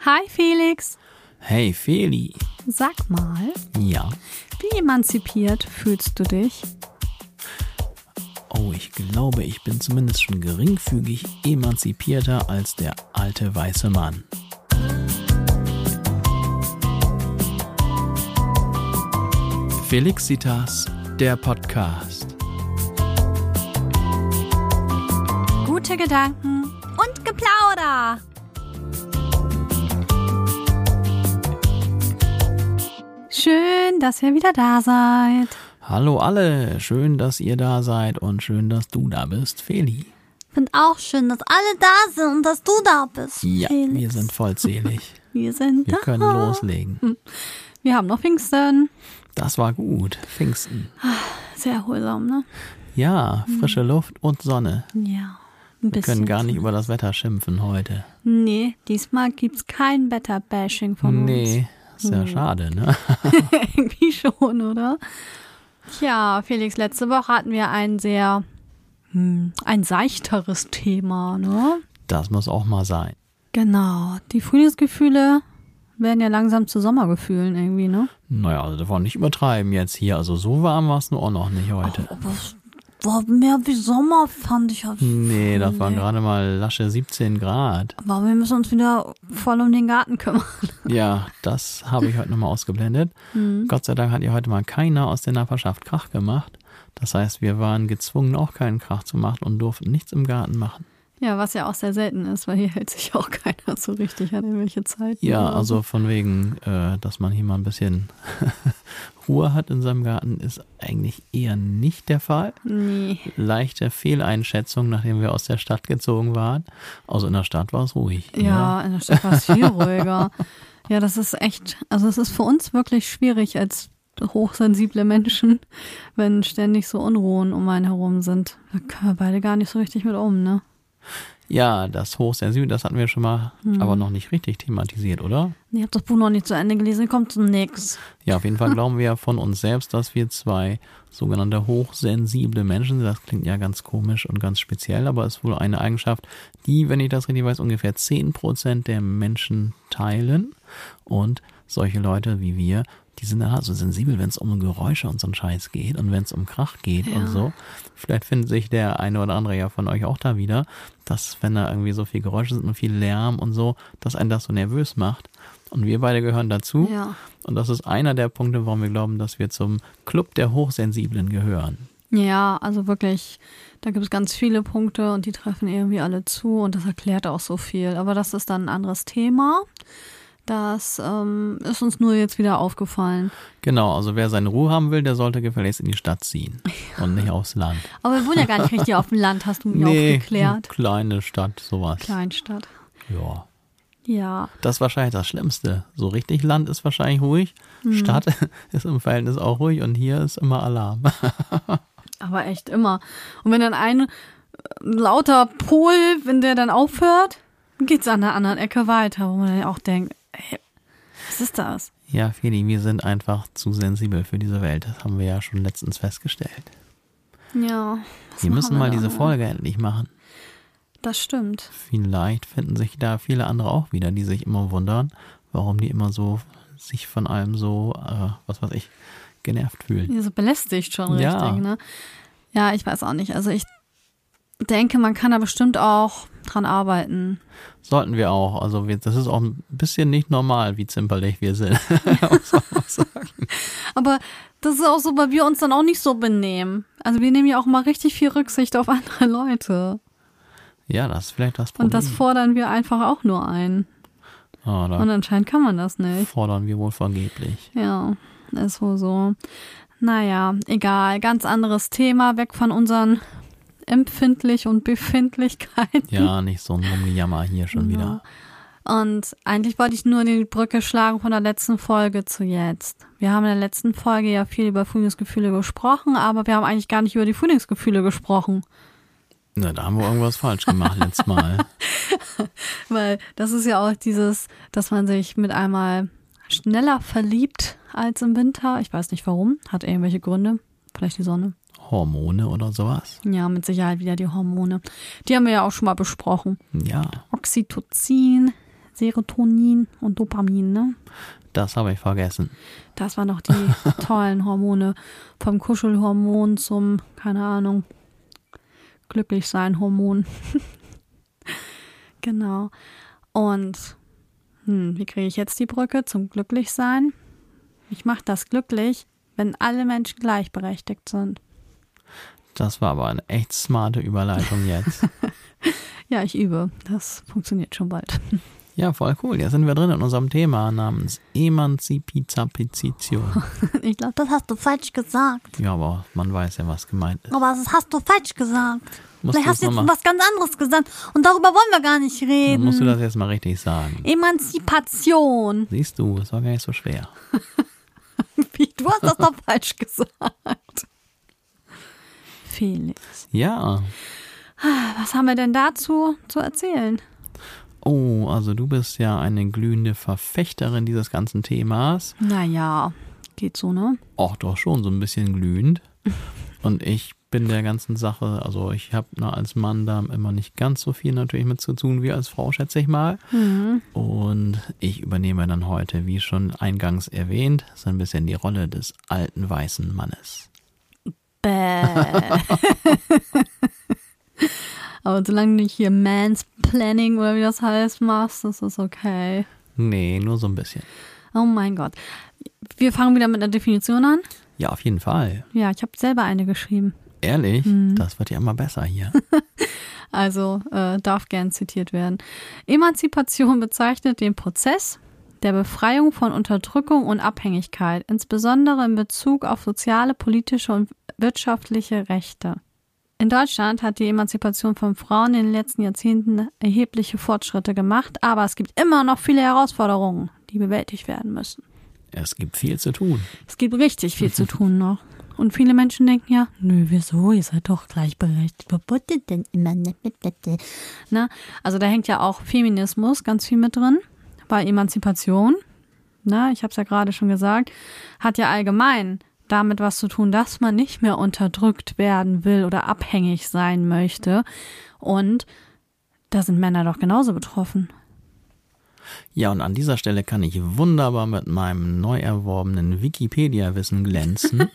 Hi Felix. Hey Feli. Sag mal, Ja. wie emanzipiert fühlst du dich? Oh, ich glaube, ich bin zumindest schon geringfügig emanzipierter als der alte weiße Mann. Felixitas, der Podcast. Gute Gedanken und Geplauder. Schön, dass ihr wieder da seid. Hallo alle, schön, dass ihr da seid und schön, dass du da bist, Feli. Find auch schön, dass alle da sind und dass du da bist. Ja, Felix. wir sind vollzählig. Wir sind Wir da. können loslegen. Wir haben noch Pfingsten. Das war gut, Pfingsten. Sehr erholsam, ne? Ja, frische Luft und Sonne. Ja, ein Wir bisschen. können gar nicht über das Wetter schimpfen heute. Nee, diesmal gibt's kein Wetterbashing von uns. Nee, ist ja schade, ne? Irgendwie schon, oder? Tja, Felix, letzte Woche hatten wir ein sehr, ein seichteres Thema, ne? Das muss auch mal sein. Genau, die Frühlingsgefühle werden ja langsam zu Sommergefühlen irgendwie, ne? Naja, also das war nicht übertreiben jetzt hier. Also so warm war es nur auch noch nicht heute. Aber es war mehr wie Sommer, fand ich. Nee, das waren gerade mal lasche 17 Grad. Aber wir müssen uns wieder voll um den Garten kümmern. Ja, das habe ich heute nochmal ausgeblendet. Gott sei Dank hat ja heute mal keiner aus der Nachbarschaft Krach gemacht. Das heißt, wir waren gezwungen, auch keinen Krach zu machen und durften nichts im Garten machen. Ja, was ja auch sehr selten ist, weil hier hält sich auch keiner so richtig an irgendwelche Zeiten. Ja, oder also so. von wegen, dass man hier mal ein bisschen Ruhe hat in seinem Garten, ist eigentlich eher nicht der Fall. Nee. Leichte Fehleinschätzung, nachdem wir aus der Stadt gezogen waren. Also in der Stadt war es ruhig. Ja, in der Stadt war es viel ruhiger. Ja, das ist echt, also es ist für uns wirklich schwierig als hochsensible Menschen, wenn ständig so Unruhen um einen herum sind. Da können wir beide gar nicht so richtig mit um, ne? Ja, das Hochsensible, das hatten wir schon mal, aber noch nicht richtig thematisiert, oder? Ich habe das Buch noch nicht zu Ende gelesen, kommt zu nix. Ja, auf jeden Fall glauben wir ja von uns selbst, dass wir zwei sogenannte hochsensible Menschen sind. Das klingt ja ganz komisch und ganz speziell, aber ist wohl eine Eigenschaft, die, wenn ich das richtig weiß, ungefähr 10% der Menschen teilen. Und solche Leute wie wir, die sind dann so sensibel, wenn es um Geräusche und so einen Scheiß geht und wenn es um Krach geht und so. Vielleicht findet sich der eine oder andere ja von euch auch da wieder, dass wenn da irgendwie so viel Geräusche sind und viel Lärm und so, dass einen das so nervös macht. Und wir beide gehören dazu. Ja. Und das ist einer der Punkte, warum wir glauben, dass wir zum Club der Hochsensiblen gehören. Ja, also wirklich, da gibt es ganz viele Punkte und die treffen irgendwie alle zu und das erklärt auch so viel. Aber das ist dann ein anderes Thema. Das ist uns nur jetzt wieder aufgefallen. Genau, also wer seine Ruhe haben will, der sollte gefälligst in die Stadt ziehen und nicht aufs Land. Aber wir wohnen ja gar nicht richtig auf dem Land, hast du mir aufgeklärt. Kleine Stadt, sowas. Kleinstadt. Ja, Ja. das ist wahrscheinlich das Schlimmste. So richtig Land ist wahrscheinlich ruhig, Stadt ist im Verhältnis auch ruhig und hier ist immer Alarm. Aber echt immer. Und wenn dann ein lauter Pol, wenn der dann aufhört, geht's an der anderen Ecke weiter, wo man dann auch denkt, ey, was ist das? Ja, Feli, wir sind einfach zu sensibel für diese Welt. Das haben wir ja schon letztens festgestellt. Ja. Wir müssen mal diese Folge. Folge endlich machen. Das stimmt. Vielleicht finden sich da viele andere auch wieder, die sich immer wundern, warum die immer so sich von allem so, genervt fühlen. So belästigt schon Ja. richtig, ne? Ja, ich weiß auch nicht. Also ich denke, man kann da bestimmt auch dran arbeiten. Sollten wir auch. Also das ist auch ein bisschen nicht normal, wie zimperlich wir sind. Muss man mal sagen. Aber das ist auch so, weil wir uns dann auch nicht so benehmen. Also wir nehmen ja auch mal richtig viel Rücksicht auf andere Leute. Ja, das ist vielleicht das Problem. Und das fordern wir einfach auch nur ein. Da Und anscheinend kann man das nicht. fordern wir wohl vergeblich. Ja, ist wohl so. Naja, egal. Ganz anderes Thema. Weg von unseren Empfindlich und Befindlichkeiten. Ja, nicht so ein Rumgejammer hier schon wieder. Und eigentlich wollte ich nur die Brücke schlagen von der letzten Folge zu jetzt. Wir haben in der letzten Folge ja viel über Frühlingsgefühle gesprochen, aber wir haben eigentlich gar nicht über die Frühlingsgefühle gesprochen. Na, da haben wir irgendwas falsch gemacht letztes Mal. Weil das ist ja auch dieses, dass man sich mit einmal schneller verliebt als im Winter. Ich weiß nicht warum. Hat irgendwelche Gründe. Vielleicht die Sonne. Hormone oder sowas. Ja, mit Sicherheit wieder die Hormone. Die haben wir ja auch schon mal besprochen. Ja. Oxytocin, Serotonin und Dopamin, ne? Das habe ich vergessen. Das waren noch die tollen Hormone. Vom Kuschelhormon zum, keine Ahnung, Glücklichsein-Hormon. Genau. Und wie kriege ich jetzt die Brücke zum Glücklichsein? Ich mache das glücklich, wenn alle Menschen gleichberechtigt sind. Das war aber eine echt smarte Überleitung jetzt. Ja, ich übe. Das funktioniert schon bald. Ja, voll cool. Jetzt sind wir drin in unserem Thema namens Emanzipation. Ich glaube, das hast du falsch gesagt. Ja, aber man weiß ja, was gemeint ist. Aber das hast du falsch gesagt. Vielleicht hast du jetzt mal, was ganz anderes gesagt. Und darüber wollen wir gar nicht reden. dann musst du das jetzt mal richtig sagen. Emanzipation. Siehst du, das war gar nicht so schwer. Du hast das doch falsch gesagt. Felix. Ja. Was haben wir denn dazu zu erzählen? Oh, also du bist ja eine glühende Verfechterin dieses ganzen Themas. Naja, geht so, ne? Auch doch schon so ein bisschen glühend. Und ich bin der ganzen Sache, also ich habe als Mann da immer nicht ganz so viel natürlich mit zu tun wie als Frau, schätze ich mal. Mhm. Und ich übernehme dann heute, wie schon eingangs erwähnt, so ein bisschen die Rolle des alten weißen Mannes. Bäh. Aber solange du nicht hier Mansplaining oder wie das heißt machst, das ist okay. Nee, nur so ein bisschen. Oh mein Gott. Wir fangen wieder mit einer Definition an. Ja, auf jeden Fall. Ja, ich habe selber eine geschrieben. Ehrlich? Das wird ja immer besser hier. Also darf gern zitiert werden. Emanzipation bezeichnet den Prozess der Befreiung von Unterdrückung und Abhängigkeit, insbesondere in Bezug auf soziale, politische und wirtschaftliche Rechte. In Deutschland hat die Emanzipation von Frauen in den letzten Jahrzehnten erhebliche Fortschritte gemacht, aber es gibt immer noch viele Herausforderungen, die bewältigt werden müssen. Es gibt viel zu tun. Es gibt richtig viel zu tun noch. Und viele Menschen denken ja, nö, wieso, ihr seid doch gleichberechtigt. Was wollt ihr denn immer? Na, also da hängt ja auch Feminismus ganz viel mit drin, bei Emanzipation. Na, ich habe es ja gerade schon gesagt, hat ja allgemein damit was zu tun, dass man nicht mehr unterdrückt werden will oder abhängig sein möchte. Und da sind Männer doch genauso betroffen. Ja, und an dieser Stelle kann ich wunderbar mit meinem neu erworbenen Wikipedia-Wissen glänzen.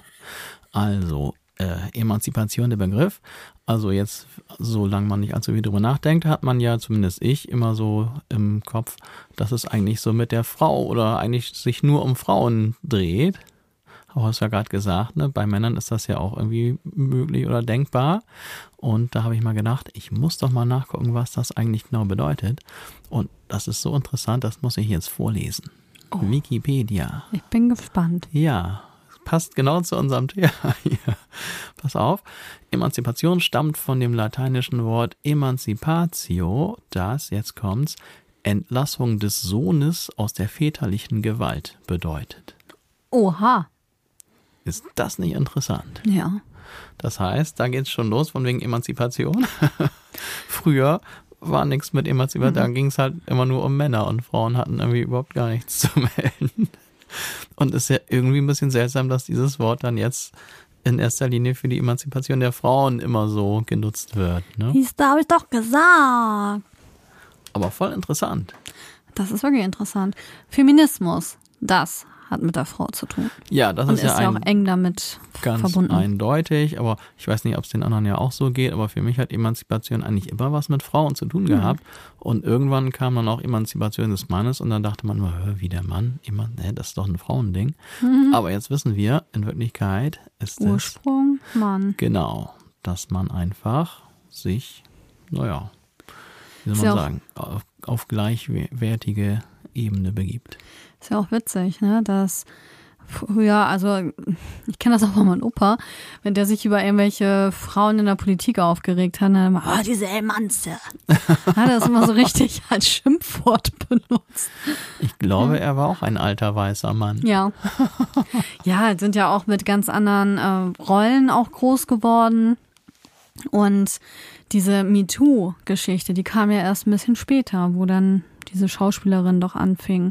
Also, Emanzipation, der Begriff. Also jetzt, solange man nicht allzu viel drüber nachdenkt, hat man ja, zumindest ich, immer so im Kopf, dass es eigentlich so mit der Frau oder eigentlich sich nur um Frauen dreht. Aber hast ja gerade gesagt, ne, bei Männern ist das ja auch irgendwie möglich oder denkbar. Und da habe ich mal gedacht, ich muss doch mal nachgucken, was das eigentlich genau bedeutet. Und das ist so interessant, das muss ich jetzt vorlesen. Oh. Wikipedia. Ich bin gespannt. Ja, passt genau zu unserem Thema hier. Pass auf. Emanzipation stammt von dem lateinischen Wort emancipatio, das, jetzt kommt's, Entlassung des Sohnes aus der väterlichen Gewalt bedeutet. Oha. Ist das nicht interessant? Ja. Das heißt, da geht's schon los von wegen Emanzipation. Früher war nichts mit Emanzipation, da ging es halt immer nur um Männer und Frauen hatten irgendwie überhaupt gar nichts zu melden. Und es ist ja irgendwie ein bisschen seltsam, dass dieses Wort dann jetzt in erster Linie für die Emanzipation der Frauen immer so genutzt wird. Ne? Da habe ich doch gesagt. Aber voll interessant. Das ist wirklich interessant. Feminismus, das hat mit der Frau zu tun. Ja, das ist ja auch eng damit ganz verbunden. Eindeutig, aber ich weiß nicht, ob es den anderen ja auch so geht, aber für mich hat Emanzipation eigentlich immer was mit Frauen zu tun gehabt. Und irgendwann kam dann auch Emanzipation des Mannes und dann dachte man immer, wie der Mann, das ist doch ein Frauending. Aber jetzt wissen wir, in Wirklichkeit ist Ursprung, Mann. Genau, dass man einfach sich, wie soll man sagen, auf gleichwertige Ebene begibt. Ist ja auch witzig, ne, dass früher, also ich kenne das auch von meinem Opa, wenn der sich über irgendwelche Frauen in der Politik aufgeregt hat, dann immer, diese Emanze. Hat er das immer so richtig als Schimpfwort benutzt. Ich glaube, er war auch ein alter weißer Mann. Ja. Ja, sind ja auch mit ganz anderen Rollen auch groß geworden. Und diese MeToo-Geschichte, die kam ja erst ein bisschen später, wo dann diese Schauspielerin doch anfing,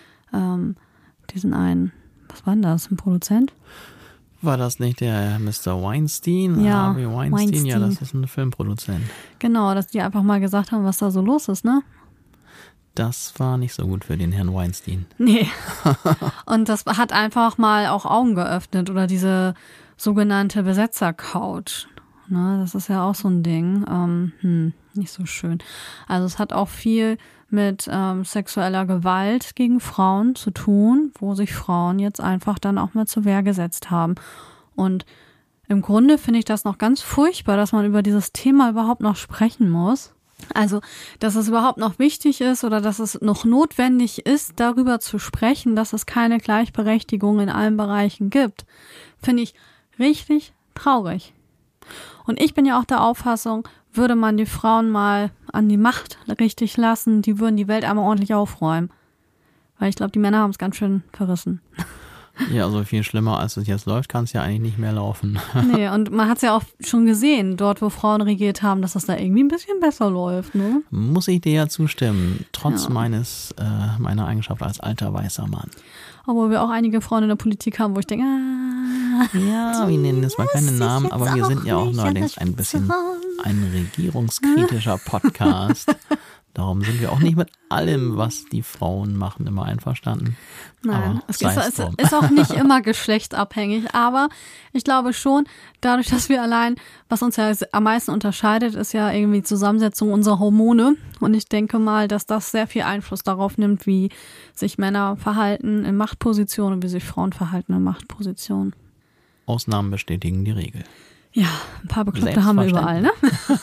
diesen einen, was war denn das, ein Produzent? War das nicht der Mr. Weinstein? Ja, Harvey Weinstein? Ja, das ist ein Filmproduzent. Genau, dass die einfach mal gesagt haben, was da so los ist, ne? Das war nicht so gut für den Herrn Weinstein. Nee. Und das hat einfach mal auch Augen geöffnet oder diese sogenannte Besetzer-Couch. Ne, das ist ja auch so ein Ding. Nicht so schön. Also es hat auch viel mit sexueller Gewalt gegen Frauen zu tun, wo sich Frauen jetzt einfach dann auch mal zur Wehr gesetzt haben. Und im Grunde finde ich das noch ganz furchtbar, dass man über dieses Thema überhaupt noch sprechen muss. Also, dass es überhaupt noch wichtig ist oder dass es noch notwendig ist, darüber zu sprechen, dass es keine Gleichberechtigung in allen Bereichen gibt, finde ich richtig traurig. Und ich bin ja auch der Auffassung, würde man die Frauen mal an die Macht richtig lassen, die würden die Welt einmal ordentlich aufräumen. Weil ich glaube, die Männer haben es ganz schön verrissen. Ja, also viel schlimmer, als es jetzt läuft, kann es ja eigentlich nicht mehr laufen. Nee, und man hat es ja auch schon gesehen, dort, wo Frauen regiert haben, dass das da irgendwie ein bisschen besser läuft, ne? Muss ich dir ja zustimmen, trotz meiner Eigenschaft als alter weißer Mann. Obwohl wir auch einige Frauen in der Politik haben, wo ich denke, ja, wir nennen jetzt mal keine Namen, aber wir sind ja auch neuerdings ein bisschen ein regierungskritischer Podcast. Darum sind wir auch nicht mit allem, was die Frauen machen, immer einverstanden. Nein, es ist auch nicht immer geschlechtsabhängig, aber ich glaube schon, dadurch, dass wir allein, was uns ja am meisten unterscheidet, ist ja irgendwie die Zusammensetzung unserer Hormone. Und ich denke mal, dass das sehr viel Einfluss darauf nimmt, wie sich Männer verhalten in Machtpositionen und wie sich Frauen verhalten in Machtpositionen. Ausnahmen bestätigen die Regel. Ja, ein paar Bekloppte haben wir überall, ne?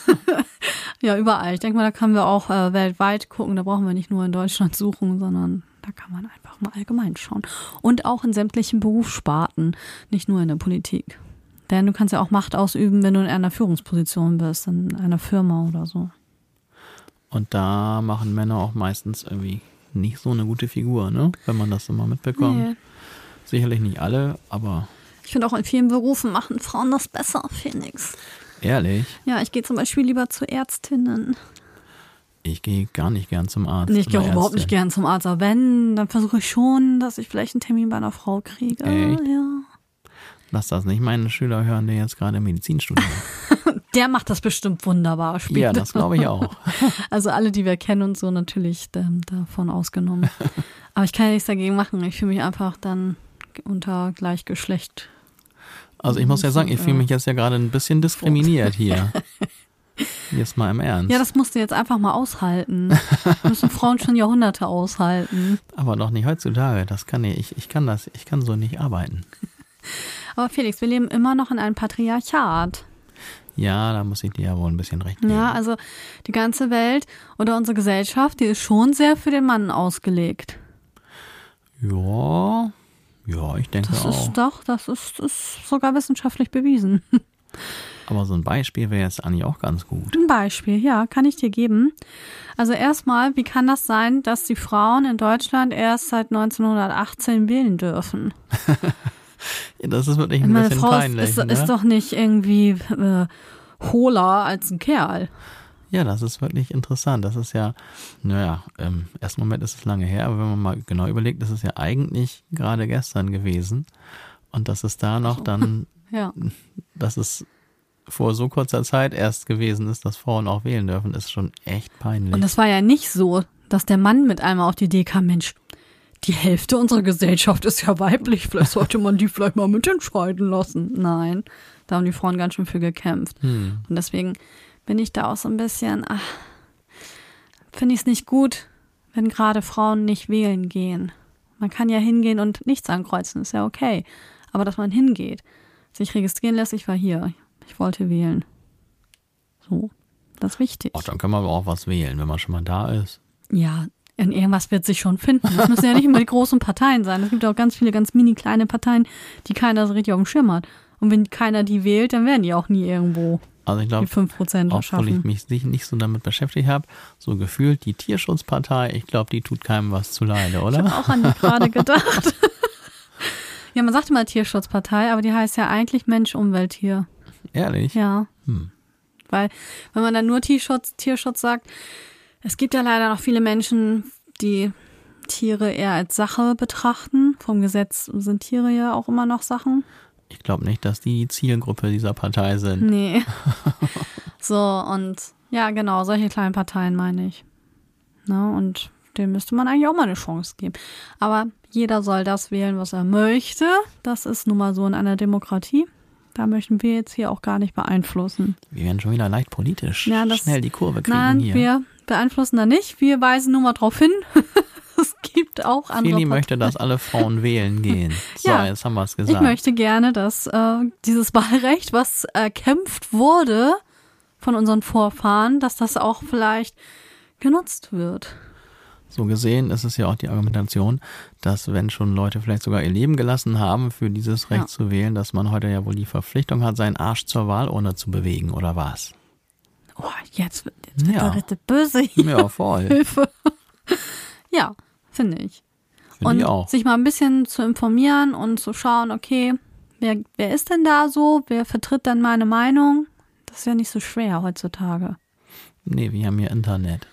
Ja, überall. Ich denke mal, da können wir auch weltweit gucken. Da brauchen wir nicht nur in Deutschland suchen, sondern da kann man einfach mal allgemein schauen. Und auch in sämtlichen Berufssparten, nicht nur in der Politik. Denn du kannst ja auch Macht ausüben, wenn du in einer Führungsposition bist, in einer Firma oder so. Und da machen Männer auch meistens irgendwie nicht so eine gute Figur, ne? Wenn man das so mal mitbekommt. Nee. Sicherlich nicht alle, aber... Ich finde auch in vielen Berufen machen Frauen das besser, Felix. Ehrlich? Ja, ich gehe zum Beispiel lieber zu Ärztinnen. Ich gehe gar nicht gern zum Arzt. Nee, ich gehe auch überhaupt nicht gern zum Arzt. Aber wenn, dann versuche ich schon, dass ich vielleicht einen Termin bei einer Frau kriege. Echt? Ja. Lass das nicht meinen Schüler hören, der jetzt gerade Medizin studiert. Der macht das bestimmt wunderbar später. Ja, das glaube ich auch. Also alle, die wir kennen und so, natürlich davon ausgenommen. Aber ich kann ja nichts dagegen machen. Ich fühle mich einfach dann unter Gleichgeschlecht. Also ich muss ja sagen, ich fühle mich jetzt ja gerade ein bisschen diskriminiert hier. Jetzt mal im Ernst. Ja, das musst du jetzt einfach mal aushalten. Das müssen Frauen schon Jahrhunderte aushalten. Aber doch nicht heutzutage. Das kann ich kann so nicht arbeiten. Aber Felix, wir leben immer noch in einem Patriarchat. Ja, da muss ich dir ja wohl ein bisschen recht geben. Ja, also die ganze Welt oder unsere Gesellschaft, die ist schon sehr für den Mann ausgelegt. Ja, ich denke auch. Das ist sogar wissenschaftlich bewiesen. Aber so ein Beispiel wäre jetzt eigentlich auch ganz gut. Ein Beispiel, ja, kann ich dir geben. Also erstmal, wie kann das sein, dass die Frauen in Deutschland erst seit 1918 wählen dürfen? Das ist wirklich ein bisschen peinlich. Meine Frau ist doch nicht irgendwie hohler als ein Kerl. Ja, das ist wirklich interessant. Das ist ja, im ersten Moment ist es lange her, aber wenn man mal genau überlegt, ist es ja eigentlich gerade gestern gewesen. Und dass es da noch dann, dass es vor so kurzer Zeit erst gewesen ist, dass Frauen auch wählen dürfen, ist schon echt peinlich. Und das war ja nicht so, dass der Mann mit einmal auf die Idee kam, Mensch, die Hälfte unserer Gesellschaft ist ja weiblich, vielleicht sollte man die vielleicht mal mitentscheiden lassen. Nein, da haben die Frauen ganz schön für gekämpft. Und deswegen bin ich da auch so ein bisschen, finde ich es nicht gut, wenn gerade Frauen nicht wählen gehen. Man kann ja hingehen und nichts ankreuzen, ist ja okay. Aber dass man hingeht, sich registrieren lässt, ich war hier, ich wollte wählen. So, das ist wichtig. Dann kann man aber auch was wählen, wenn man schon mal da ist. Ja, irgendwas wird sich schon finden. Das müssen ja nicht immer die großen Parteien sein. Es gibt auch ganz viele ganz mini kleine Parteien, die keiner so richtig auf dem Schirm hat. Und wenn keiner die wählt, dann werden die auch nie irgendwo also ich glaube, die 5% obwohl ich mich nicht so damit beschäftigt habe, so gefühlt die Tierschutzpartei, ich glaube, die tut keinem was zuleide, oder? Ich habe auch an die gerade gedacht. Ja, man sagt immer Tierschutzpartei, aber die heißt ja eigentlich Mensch, Umwelt, Tier. Ehrlich? Ja. Weil, wenn man dann nur Tierschutz sagt, es gibt ja leider noch viele Menschen, die Tiere eher als Sache betrachten. Vom Gesetz sind Tiere ja auch immer noch Sachen. Ich glaube nicht, dass die Zielgruppe dieser Partei sind. Nee. So, und ja, genau, solche kleinen Parteien meine ich. Na, und dem müsste man eigentlich auch mal eine Chance geben. Aber jeder soll das wählen, was er möchte. Das ist nun mal so in einer Demokratie. Da möchten wir jetzt hier auch gar nicht beeinflussen. Wir werden schon wieder leicht politisch. Ja, Schnell die Kurve kriegen nein, hier. Wir beeinflussen da nicht. Wir weisen nur mal drauf hin. Es gibt auch andere Feli möchte, dass alle Frauen wählen gehen. So, Ja, jetzt haben wir es gesagt. Ich möchte gerne, dass dieses Wahlrecht, was erkämpft wurde von unseren Vorfahren, dass das auch vielleicht genutzt wird. So gesehen ist es ja auch die Argumentation, dass wenn schon Leute vielleicht sogar ihr Leben gelassen haben, für dieses Recht zu wählen, dass man heute ja wohl die Verpflichtung hat, seinen Arsch zur Wahlurne zu bewegen, oder was? Oh, jetzt wird er richtig böse hier. Ja, voll. Hilfe. Ja, finde ich. Finde ich auch. Sich mal ein bisschen zu informieren und zu schauen, okay, wer ist denn da so? Wer vertritt dann meine Meinung? Das ist ja nicht so schwer heutzutage. Nee, wir haben hier Internet.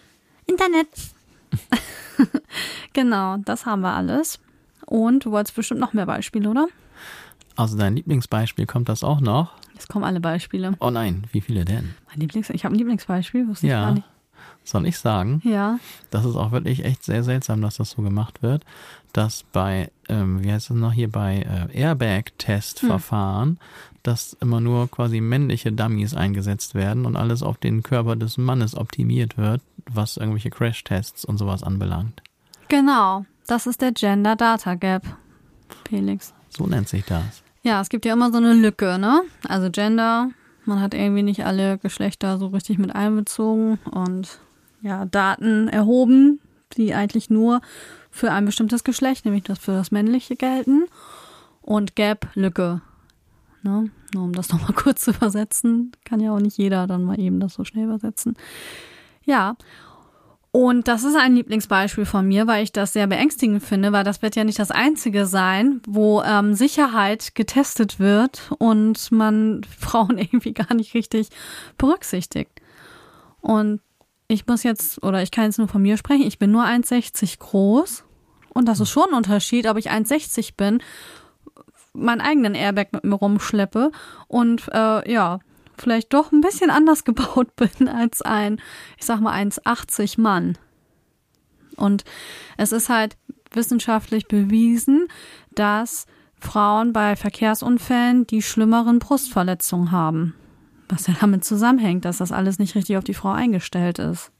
Genau, das haben wir alles. Und du wolltest bestimmt noch mehr Beispiele, oder? Also dein Lieblingsbeispiel, kommt das auch noch? Es kommen alle Beispiele. Oh nein, wie viele denn? Ich habe ein Lieblingsbeispiel, wusste ich gar nicht. Soll ich sagen? Ja. Das ist auch wirklich echt sehr seltsam, dass das so gemacht wird, dass bei, wie heißt es noch hier, bei Airbag-Testverfahren, dass immer nur quasi männliche Dummies eingesetzt werden und alles auf den Körper des Mannes optimiert wird, was irgendwelche Crash-Tests und sowas anbelangt. Genau, das ist der Gender Data Gap, Felix. So nennt sich das. Ja, es gibt ja immer so eine Lücke, ne? Also Gender, man hat irgendwie nicht alle Geschlechter so richtig mit einbezogen und ja, Daten erhoben, die eigentlich nur für ein bestimmtes Geschlecht, nämlich das für das männliche gelten. Und Gap, Lücke. Ne? Nur um das nochmal kurz zu übersetzen, kann ja auch nicht jeder dann mal eben das so schnell übersetzen. Ja, und das ist ein Lieblingsbeispiel von mir, weil ich das sehr beängstigend finde, weil das wird ja nicht das einzige sein, wo Sicherheit getestet wird und man Frauen irgendwie gar nicht richtig berücksichtigt. Und ich kann jetzt nur von mir sprechen, ich bin nur 1,60 groß und das ist schon ein Unterschied, ob ich 1,60 bin, meinen eigenen Airbag mit mir rumschleppe und vielleicht doch ein bisschen anders gebaut bin als ein, ich sag mal 1,80 Mann. Und es ist halt wissenschaftlich bewiesen, dass Frauen bei Verkehrsunfällen die schlimmeren Brustverletzungen haben. Was ja damit zusammenhängt, dass das alles nicht richtig auf die Frau eingestellt ist.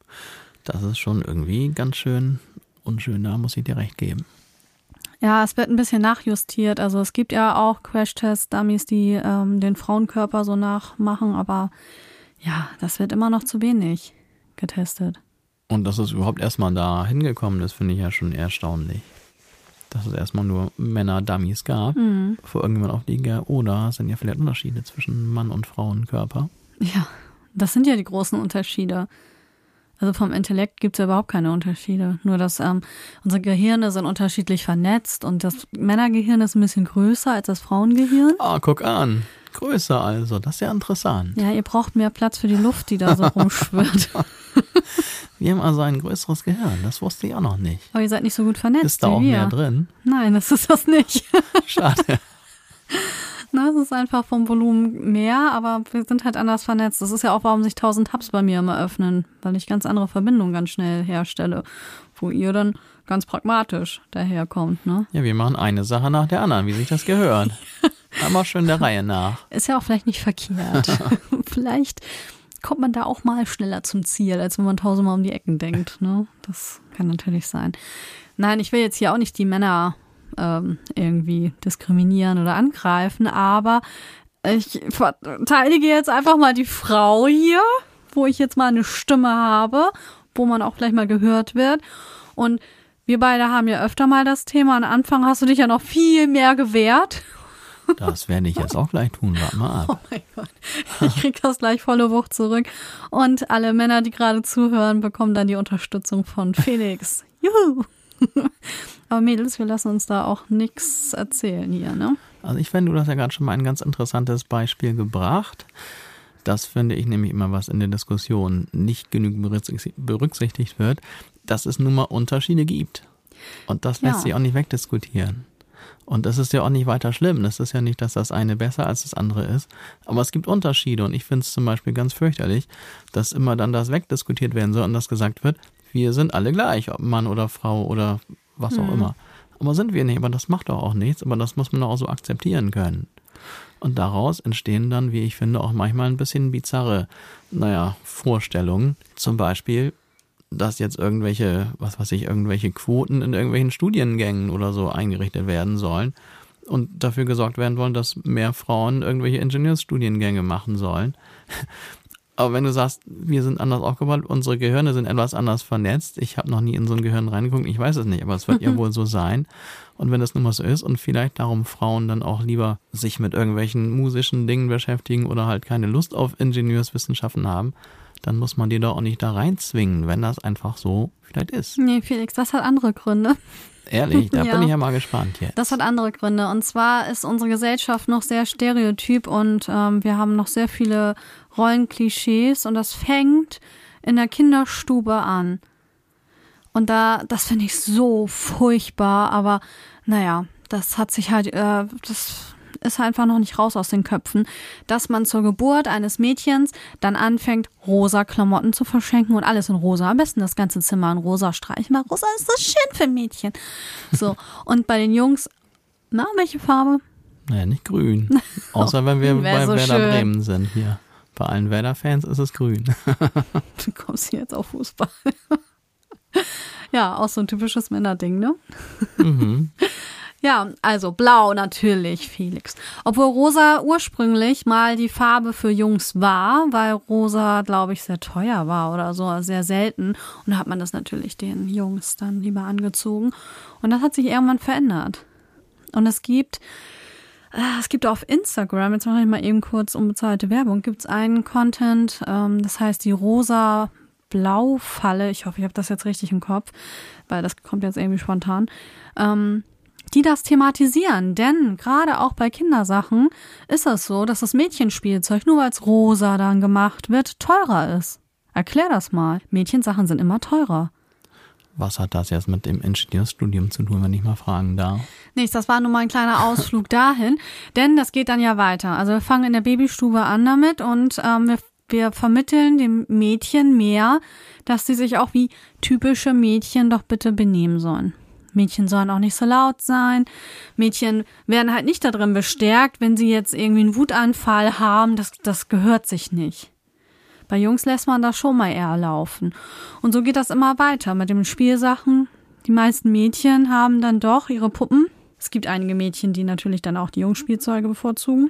Das ist schon irgendwie ganz schön unschön, da muss ich dir recht geben. Ja, es wird ein bisschen nachjustiert. Also es gibt ja auch Crash-Test-Dummies, die den Frauenkörper so nachmachen, aber ja, das wird immer noch zu wenig getestet. Und dass es überhaupt erstmal da hingekommen ist, finde ich ja schon erstaunlich. Dass es erstmal nur Männer-Dummies gab, bevor irgendjemand auf die Idee, oder sind ja vielleicht Unterschiede zwischen Mann- und Frauenkörper. Ja, das sind ja die großen Unterschiede. Also vom Intellekt gibt es ja überhaupt keine Unterschiede. Nur, dass unsere Gehirne sind unterschiedlich vernetzt und das Männergehirn ist ein bisschen größer als das Frauengehirn. Ah, guck an. Größer also. Das ist ja interessant. Ja, ihr braucht mehr Platz für die Luft, die da so rumschwirrt. Wir haben also ein größeres Gehirn. Das wusste ich auch noch nicht. Aber ihr seid nicht so gut vernetzt Ist da auch wie wir. mehr drin? Nein, das ist das nicht. Schade. Na, es ist einfach vom Volumen mehr, aber wir sind halt anders vernetzt. Das ist ja auch, warum sich 1000 Tabs bei mir immer öffnen, weil ich ganz andere Verbindungen ganz schnell herstelle, wo ihr dann ganz pragmatisch daherkommt, ne? Ja, wir machen eine Sache nach der anderen, wie sich das gehört. Einmal schön der Reihe nach. Ist ja auch vielleicht nicht verkehrt. Vielleicht kommt man da auch mal schneller zum Ziel, als wenn man 1000-mal um die Ecken denkt, ne? Das kann natürlich sein. Nein, ich will jetzt hier auch nicht die Männer irgendwie diskriminieren oder angreifen, aber ich verteidige jetzt einfach mal die Frau hier, wo ich jetzt mal eine Stimme habe, wo man auch gleich mal gehört wird. Und wir beide haben ja öfter mal das Thema. Am Anfang hast du dich ja noch viel mehr gewehrt. Das werde ich jetzt auch gleich tun. Warte mal ab. Oh mein Gott, ich krieg das gleich volle Wucht zurück. Und alle Männer, die gerade zuhören, bekommen dann die Unterstützung von Felix. Juhu! Aber Mädels, wir lassen uns da auch nichts erzählen hier, ne? Also ich finde, du hast ja gerade schon mal ein ganz interessantes Beispiel gebracht. Das finde ich nämlich immer, was in der Diskussion nicht genügend berücksichtigt wird, dass es nun mal Unterschiede gibt. Und das lässt sich auch nicht wegdiskutieren. Und das ist ja auch nicht weiter schlimm. Das ist ja nicht, dass das eine besser als das andere ist. Aber es gibt Unterschiede. Und ich finde es zum Beispiel ganz fürchterlich, dass immer dann das wegdiskutiert werden soll und dass gesagt wird, wir sind alle gleich, ob Mann oder Frau oder was auch immer. Aber sind wir nicht, aber das macht doch auch nichts, aber das muss man doch auch so akzeptieren können. Und daraus entstehen dann, wie ich finde, auch manchmal ein bisschen bizarre, Vorstellungen. Zum Beispiel, dass jetzt irgendwelche Quoten in irgendwelchen Studiengängen oder so eingerichtet werden sollen und dafür gesorgt werden wollen, dass mehr Frauen irgendwelche Ingenieursstudiengänge machen sollen. Aber wenn du sagst, wir sind anders aufgebaut, unsere Gehirne sind etwas anders vernetzt, ich habe noch nie in so ein Gehirn reingeguckt, ich weiß es nicht, aber es wird ja wohl so sein. Und wenn das nun mal so ist und vielleicht darum Frauen dann auch lieber sich mit irgendwelchen musischen Dingen beschäftigen oder halt keine Lust auf Ingenieurswissenschaften haben, dann muss man die doch auch nicht da reinzwingen, wenn das einfach so vielleicht ist. Nee, Felix, das hat andere Gründe. Ehrlich, da bin ich ja mal gespannt jetzt. Das hat andere Gründe. Und zwar ist unsere Gesellschaft noch sehr stereotyp und wir haben noch sehr viele Rollenklischees und das fängt in der Kinderstube an. Und das finde ich so furchtbar, aber das hat sich halt, das ist einfach noch nicht raus aus den Köpfen, dass man zur Geburt eines Mädchens dann anfängt, rosa Klamotten zu verschenken und alles in rosa. Am besten das ganze Zimmer in rosa streichen, weil rosa ist das schön für Mädchen. So, und bei den Jungs, welche Farbe? Naja, nicht grün. Außer wenn wir bei so Werder schön. Bremen sind hier. Bei allen Werder-Fans ist es grün. Du kommst hier jetzt auf Fußball. Ja, auch so ein typisches Männerding, ne? Mhm. Ja, also blau natürlich, Felix. Obwohl rosa ursprünglich mal die Farbe für Jungs war, weil rosa, glaube ich, sehr teuer war oder so, sehr selten. Und da hat man das natürlich den Jungs dann lieber angezogen. Und das hat sich irgendwann verändert. Und es gibt auf Instagram, jetzt mache ich mal eben kurz unbezahlte Werbung, gibt es einen Content, das heißt die rosa-blau-Falle. Ich hoffe, ich habe das jetzt richtig im Kopf, weil das kommt jetzt irgendwie spontan. Die das thematisieren, denn gerade auch bei Kindersachen ist es so, dass das Mädchenspielzeug, nur weil es rosa dann gemacht wird, teurer ist. Erklär das mal. Mädchensachen sind immer teurer. Was hat das jetzt mit dem Ingenieurstudium zu tun, wenn ich mal fragen darf? Nichts, das war nur mal ein kleiner Ausflug dahin, denn das geht dann ja weiter. Also wir fangen in der Babystube an damit und wir vermitteln dem Mädchen mehr, dass sie sich auch wie typische Mädchen doch bitte benehmen sollen. Mädchen sollen auch nicht so laut sein. Mädchen werden halt nicht darin bestärkt, wenn sie jetzt irgendwie einen Wutanfall haben. Das gehört sich nicht. Bei Jungs lässt man das schon mal eher laufen. Und so geht das immer weiter mit den Spielsachen. Die meisten Mädchen haben dann doch ihre Puppen. Es gibt einige Mädchen, die natürlich dann auch die Jungsspielzeuge bevorzugen.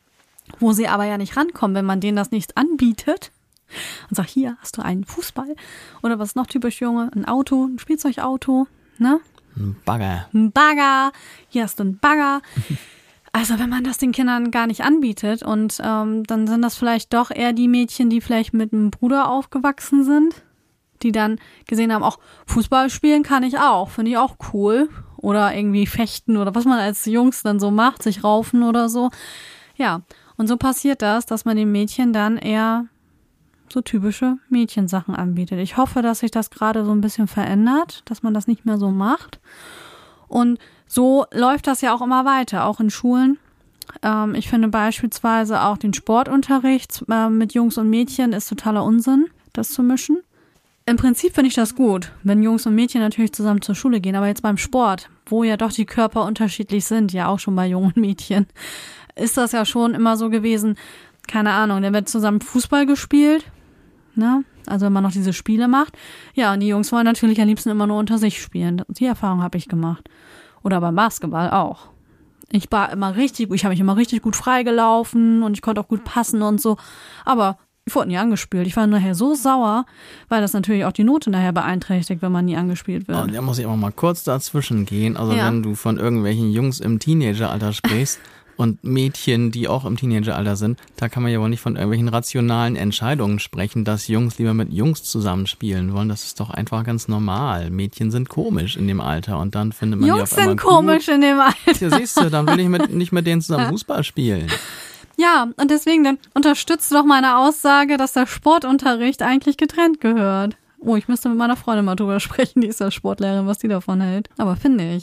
Wo sie aber ja nicht rankommen, wenn man denen das nicht anbietet. Und sagt, hier hast du einen Fußball. Oder was ist noch typisch Junge? Ein Auto, ein Spielzeugauto, ne? Ein Bagger. Ein Bagger, hier hast du einen Bagger. Also wenn man das den Kindern gar nicht anbietet und dann sind das vielleicht doch eher die Mädchen, die vielleicht mit einem Bruder aufgewachsen sind, die dann gesehen haben, auch Fußball spielen kann ich auch, finde ich auch cool. Oder irgendwie fechten oder was man als Jungs dann so macht, sich raufen oder so. Ja, und so passiert das, dass man den Mädchen dann eher so typische Mädchensachen anbietet. Ich hoffe, dass sich das gerade so ein bisschen verändert, dass man das nicht mehr so macht. Und so läuft das ja auch immer weiter, auch in Schulen. Ich finde beispielsweise auch den Sportunterricht mit Jungs und Mädchen ist totaler Unsinn, das zu mischen. Im Prinzip finde ich das gut, wenn Jungs und Mädchen natürlich zusammen zur Schule gehen, aber jetzt beim Sport, wo ja doch die Körper unterschiedlich sind, ja auch schon bei jungen Mädchen, ist das ja schon immer so gewesen, keine Ahnung, da wird zusammen Fußball gespielt, ne? Also wenn man noch diese Spiele macht. Ja, und die Jungs wollen natürlich am liebsten immer nur unter sich spielen. Die Erfahrung habe ich gemacht. Oder beim Basketball auch. Ich habe mich immer richtig gut freigelaufen und ich konnte auch gut passen und so. Aber ich wurde nie angespielt. Ich war nachher so sauer, weil das natürlich auch die Note nachher beeinträchtigt, wenn man nie angespielt wird. Und da muss ich aber mal kurz dazwischen gehen. Also ja. Wenn du von irgendwelchen Jungs im Teenageralter sprichst und Mädchen, die auch im Teenageralter sind, da kann man ja wohl nicht von irgendwelchen rationalen Entscheidungen sprechen, dass Jungs lieber mit Jungs zusammenspielen wollen. Das ist doch einfach ganz normal. Mädchen sind komisch in dem Alter und dann findet man Jungs die auf einmal sind komisch in dem Alter. Ja, siehst du, dann will ich nicht mit denen zusammen Fußball spielen. Ja, und deswegen dann unterstützt doch meine Aussage, dass der Sportunterricht eigentlich getrennt gehört. Oh, ich müsste mit meiner Freundin mal drüber sprechen, die ist ja Sportlehrerin, was die davon hält. Aber finde ich.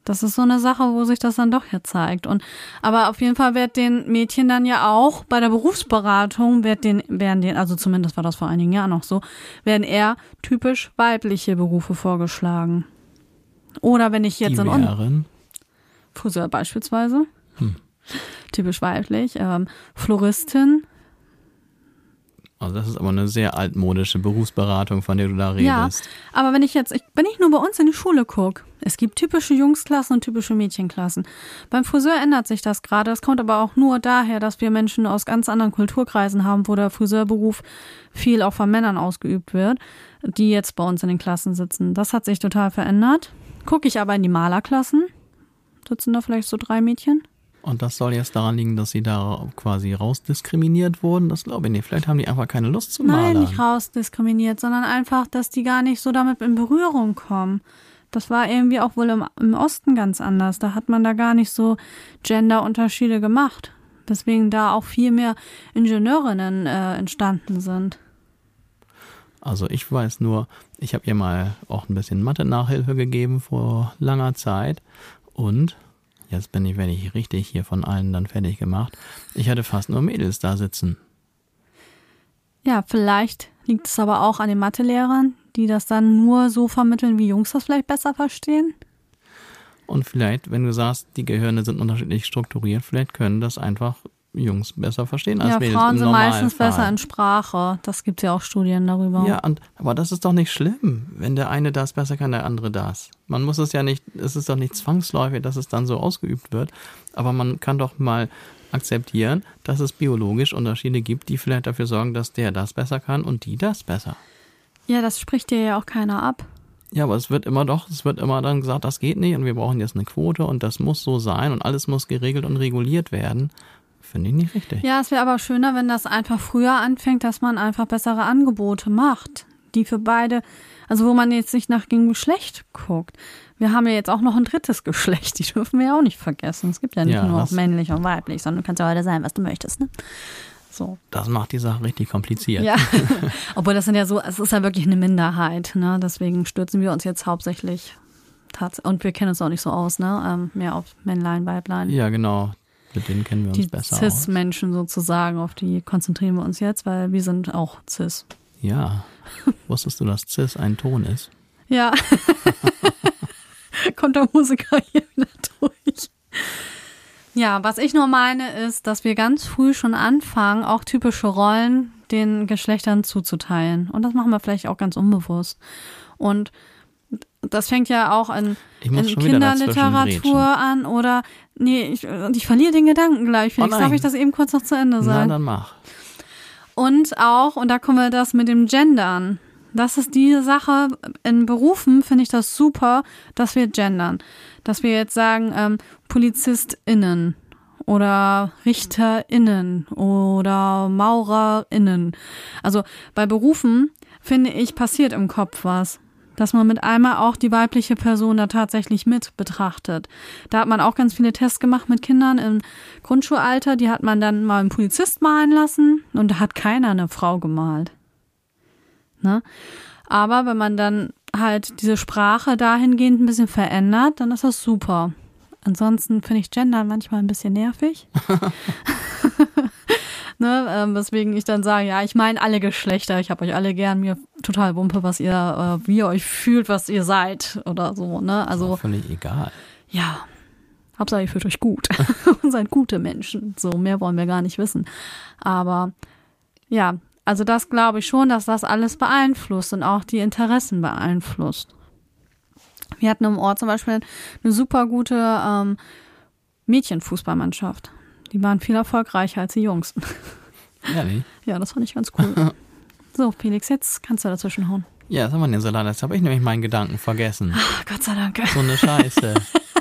Das ist so eine Sache, wo sich das dann doch hier zeigt. Aber auf jeden Fall wird den Mädchen dann ja auch bei der Berufsberatung also zumindest war das vor einigen Jahren noch so, werden eher typisch weibliche Berufe vorgeschlagen. Oder wenn ich jetzt Friseur beispielsweise, typisch weiblich, Floristin. Also das ist aber eine sehr altmodische Berufsberatung, von der du da redest. Ja, aber wenn ich nur bei uns in die Schule gucke, es gibt typische Jungsklassen und typische Mädchenklassen. Beim Friseur ändert sich das gerade. Das kommt aber auch nur daher, dass wir Menschen aus ganz anderen Kulturkreisen haben, wo der Friseurberuf viel auch von Männern ausgeübt wird, die jetzt bei uns in den Klassen sitzen. Das hat sich total verändert. Gucke ich aber in die Malerklassen, sitzen da vielleicht so 3 Mädchen. Und das soll jetzt daran liegen, dass sie da quasi rausdiskriminiert wurden? Das glaube ich nicht. Vielleicht haben die einfach keine Lust zu malern. Nein, nicht rausdiskriminiert, sondern einfach, dass die gar nicht so damit in Berührung kommen. Das war irgendwie auch wohl im Osten ganz anders. Da hat man da gar nicht so Genderunterschiede gemacht. Deswegen da auch viel mehr Ingenieurinnen entstanden sind. Also ich weiß nur, ich habe ihr mal auch ein bisschen Mathe-Nachhilfe gegeben vor langer Zeit und jetzt werde ich richtig hier von allen dann fertig gemacht. Ich hatte fast nur Mädels da sitzen. Ja, vielleicht liegt es aber auch an den Mathelehrern, die das dann nur so vermitteln, wie Jungs das vielleicht besser verstehen. Und vielleicht, wenn du sagst, die Gehirne sind unterschiedlich strukturiert, vielleicht können das einfach Jungs besser verstehen als Mädels. Ja, Frauen sind meistens besser in Sprache. Das gibt ja auch Studien darüber. Ja, aber das ist doch nicht schlimm, wenn der eine das besser kann, der andere das. Man muss es ist doch nicht zwangsläufig, dass es dann so ausgeübt wird. Aber man kann doch mal akzeptieren, dass es biologisch Unterschiede gibt, die vielleicht dafür sorgen, dass der das besser kann und die das besser. Ja, das spricht dir ja auch keiner ab. Ja, aber es wird immer dann gesagt, das geht nicht und wir brauchen jetzt eine Quote und das muss so sein und alles muss geregelt und reguliert werden. Finde ich nicht richtig. Ja, es wäre aber schöner, wenn das einfach früher anfängt, dass man einfach bessere Angebote macht, die für beide, also wo man jetzt nicht nach dem Geschlecht guckt. Wir haben ja jetzt auch noch ein drittes Geschlecht, die dürfen wir ja auch nicht vergessen. Es gibt ja nicht nur männlich und weiblich, sondern du kannst ja heute sein, was du möchtest, ne? So. Das macht die Sache richtig kompliziert. Ja, obwohl es ist ja wirklich eine Minderheit, ne? Deswegen stürzen wir uns jetzt hauptsächlich, und wir kennen uns auch nicht so aus, ne? Mehr auf Männlein, Weiblein. Ja, genau. Mit denen kennen wir uns besser aus. Die Cis-Menschen sozusagen, auf die konzentrieren wir uns jetzt, weil wir sind auch Cis. Ja. Wusstest du, dass Cis ein Ton ist? Ja. Kommt der Musiker hier wieder durch. Ja, was ich nur meine, ist, dass wir ganz früh schon anfangen, auch typische Rollen den Geschlechtern zuzuteilen. Und das machen wir vielleicht auch ganz unbewusst. Und das fängt ja auch in Kinderliteratur an oder ich verliere den Gedanken gleich. Felix, darf ich das eben kurz noch zu Ende sagen? Na, dann mach. Und da kommen wir das mit dem Gendern. Das ist die Sache, in Berufen finde ich das super, dass wir gendern. Dass wir jetzt sagen, PolizistInnen oder RichterInnen oder MaurerInnen. Also bei Berufen, finde ich, passiert im Kopf was. Dass man mit einmal auch die weibliche Person da tatsächlich mit betrachtet. Da hat man auch ganz viele Tests gemacht mit Kindern im Grundschulalter. Die hat man dann mal einen Polizist malen lassen und da hat keiner eine Frau gemalt. Ne? Aber wenn man dann halt diese Sprache dahingehend ein bisschen verändert, dann ist das super. Ansonsten finde ich Gender manchmal ein bisschen nervig. Ne, weswegen ich dann sage, ja, ich meine alle Geschlechter, ich habe euch alle gern, mir total Wumpe, wie ihr euch fühlt, was ihr seid oder so, ne? Also völlig egal. Ja, Hauptsache ihr fühlt euch gut und seid gute Menschen. So, mehr wollen wir gar nicht wissen. Aber ja, also das glaube ich schon, dass das alles beeinflusst und auch die Interessen beeinflusst. Wir hatten im Ort zum Beispiel eine super gute Mädchenfußballmannschaft. Die waren viel erfolgreicher als die Jungs. Ehrlich? Ja, das fand ich ganz cool. So, Felix, jetzt kannst du dazwischen hauen. Ja, was haben wir denn, Salat? Jetzt habe ich nämlich meinen Gedanken vergessen. Ach, Gott sei Dank. So eine Scheiße.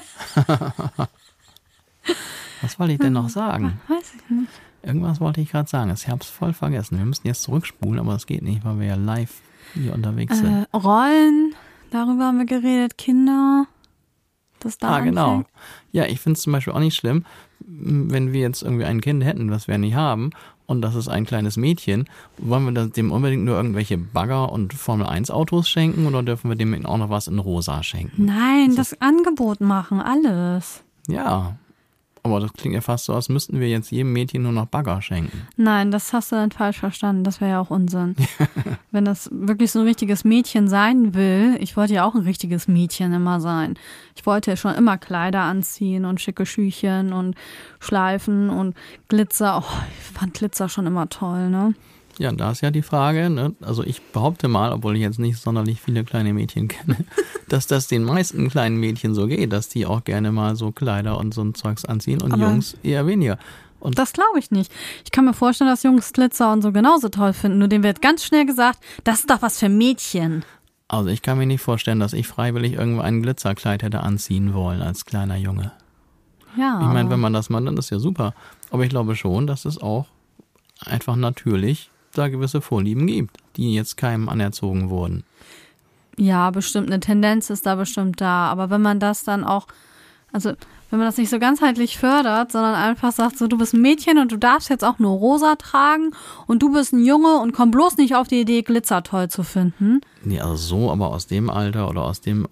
Was wollte ich denn noch sagen? Weiß ich nicht. Irgendwas wollte ich gerade sagen. Ich habe es voll vergessen. Wir müssen jetzt zurückspulen, aber das geht nicht, weil wir ja live hier unterwegs sind. Rollen, darüber haben wir geredet. Kinder, das da anfängt. Genau. Ja, ich finde es zum Beispiel auch nicht schlimm, wenn wir jetzt irgendwie ein Kind hätten, was wir nicht haben, und das ist ein kleines Mädchen. Wollen wir dem unbedingt nur irgendwelche Bagger und Formel-1-Autos schenken oder dürfen wir dem auch noch was in rosa schenken? Nein, das Angebot machen, alles. Ja, aber das klingt ja fast so, als müssten wir jetzt jedem Mädchen nur noch Bagger schenken. Nein, das hast du dann falsch verstanden. Das wäre ja auch Unsinn. Wenn das wirklich so ein richtiges Mädchen sein will, ich wollte ja auch ein richtiges Mädchen immer sein. Ich wollte ja schon immer Kleider anziehen und schicke Schüchchen und Schleifen und Glitzer. Oh, ich fand Glitzer schon immer toll, ne? Ja, da ist ja die Frage, ne? Also ich behaupte mal, obwohl ich jetzt nicht sonderlich viele kleine Mädchen kenne, dass das den meisten kleinen Mädchen so geht, dass die auch gerne mal so Kleider und so ein Zeugs anziehen und aber Jungs eher weniger. Und das glaube ich nicht. Ich kann mir vorstellen, dass Jungs Glitzer und so genauso toll finden, nur denen wird ganz schnell gesagt, das ist doch was für Mädchen. Also ich kann mir nicht vorstellen, dass ich freiwillig irgendwo ein Glitzerkleid hätte anziehen wollen als kleiner Junge. Ja. Ich meine, wenn man das macht, dann ist ja super. Aber ich glaube schon, dass es auch einfach natürlich da gewisse Vorlieben gibt, die jetzt keinem anerzogen wurden. Ja, bestimmt, eine Tendenz ist da bestimmt da. Aber wenn man das dann auch, also wenn man das nicht so ganzheitlich fördert, sondern einfach sagt, so du bist ein Mädchen und du darfst jetzt auch nur rosa tragen und du bist ein Junge und komm bloß nicht auf die Idee, Glitzer toll zu finden. Nee, also so, aber aus dem Alter oder aus der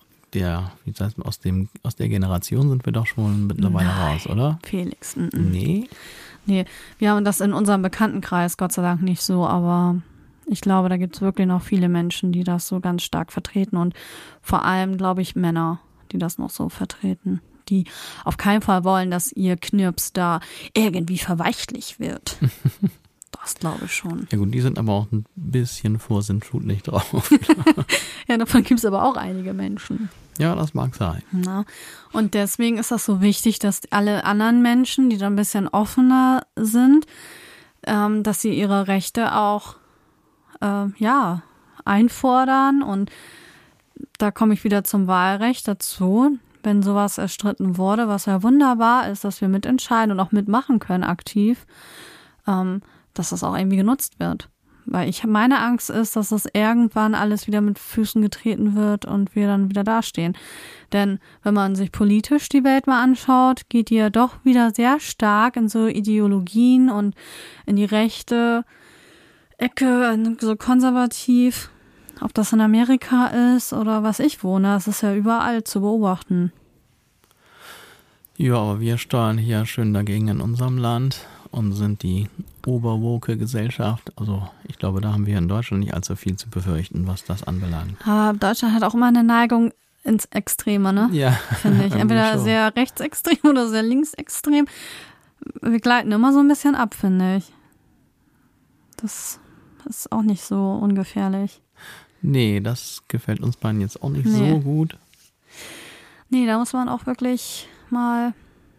Generation sind wir doch schon mittlerweile raus, oder? Felix. Nee, wir haben das in unserem Bekanntenkreis Gott sei Dank nicht so, aber ich glaube, da gibt es wirklich noch viele Menschen, die das so ganz stark vertreten und vor allem, glaube ich, Männer, die das noch so vertreten, die auf keinen Fall wollen, dass ihr Knirps da irgendwie verweichlich wird. Das glaube ich schon. Ja gut, die sind aber auch ein bisschen vorsintflutlich drauf. Ja, davon gibt es aber auch einige Menschen. Ja, das mag sein. Na, und deswegen ist das so wichtig, dass alle anderen Menschen, die da ein bisschen offener sind, dass sie ihre Rechte auch einfordern. Und da komme ich wieder zum Wahlrecht dazu. Wenn sowas erstritten wurde, was ja wunderbar ist, dass wir mitentscheiden und auch mitmachen können aktiv, dass das auch irgendwie genutzt wird. Weil meine Angst ist, dass das irgendwann alles wieder mit Füßen getreten wird und wir dann wieder dastehen. Denn wenn man sich politisch die Welt mal anschaut, geht die ja doch wieder sehr stark in so Ideologien und in die rechte Ecke, so konservativ. Ob das in Amerika ist oder was ich wohne, es ist ja überall zu beobachten. Ja, aber wir steuern hier schön dagegen in unserem Land und sind die oberwoke Gesellschaft. Also ich glaube, da haben wir in Deutschland nicht allzu viel zu befürchten, was das anbelangt. Deutschland hat auch immer eine Neigung ins Extreme, ne? Ja. Finde ich. Entweder sehr rechtsextrem oder sehr linksextrem. Wir gleiten immer so ein bisschen ab, finde ich. Das ist auch nicht so ungefährlich. Nee, das gefällt uns beiden jetzt auch nicht so gut. Nee, da muss man auch wirklich mal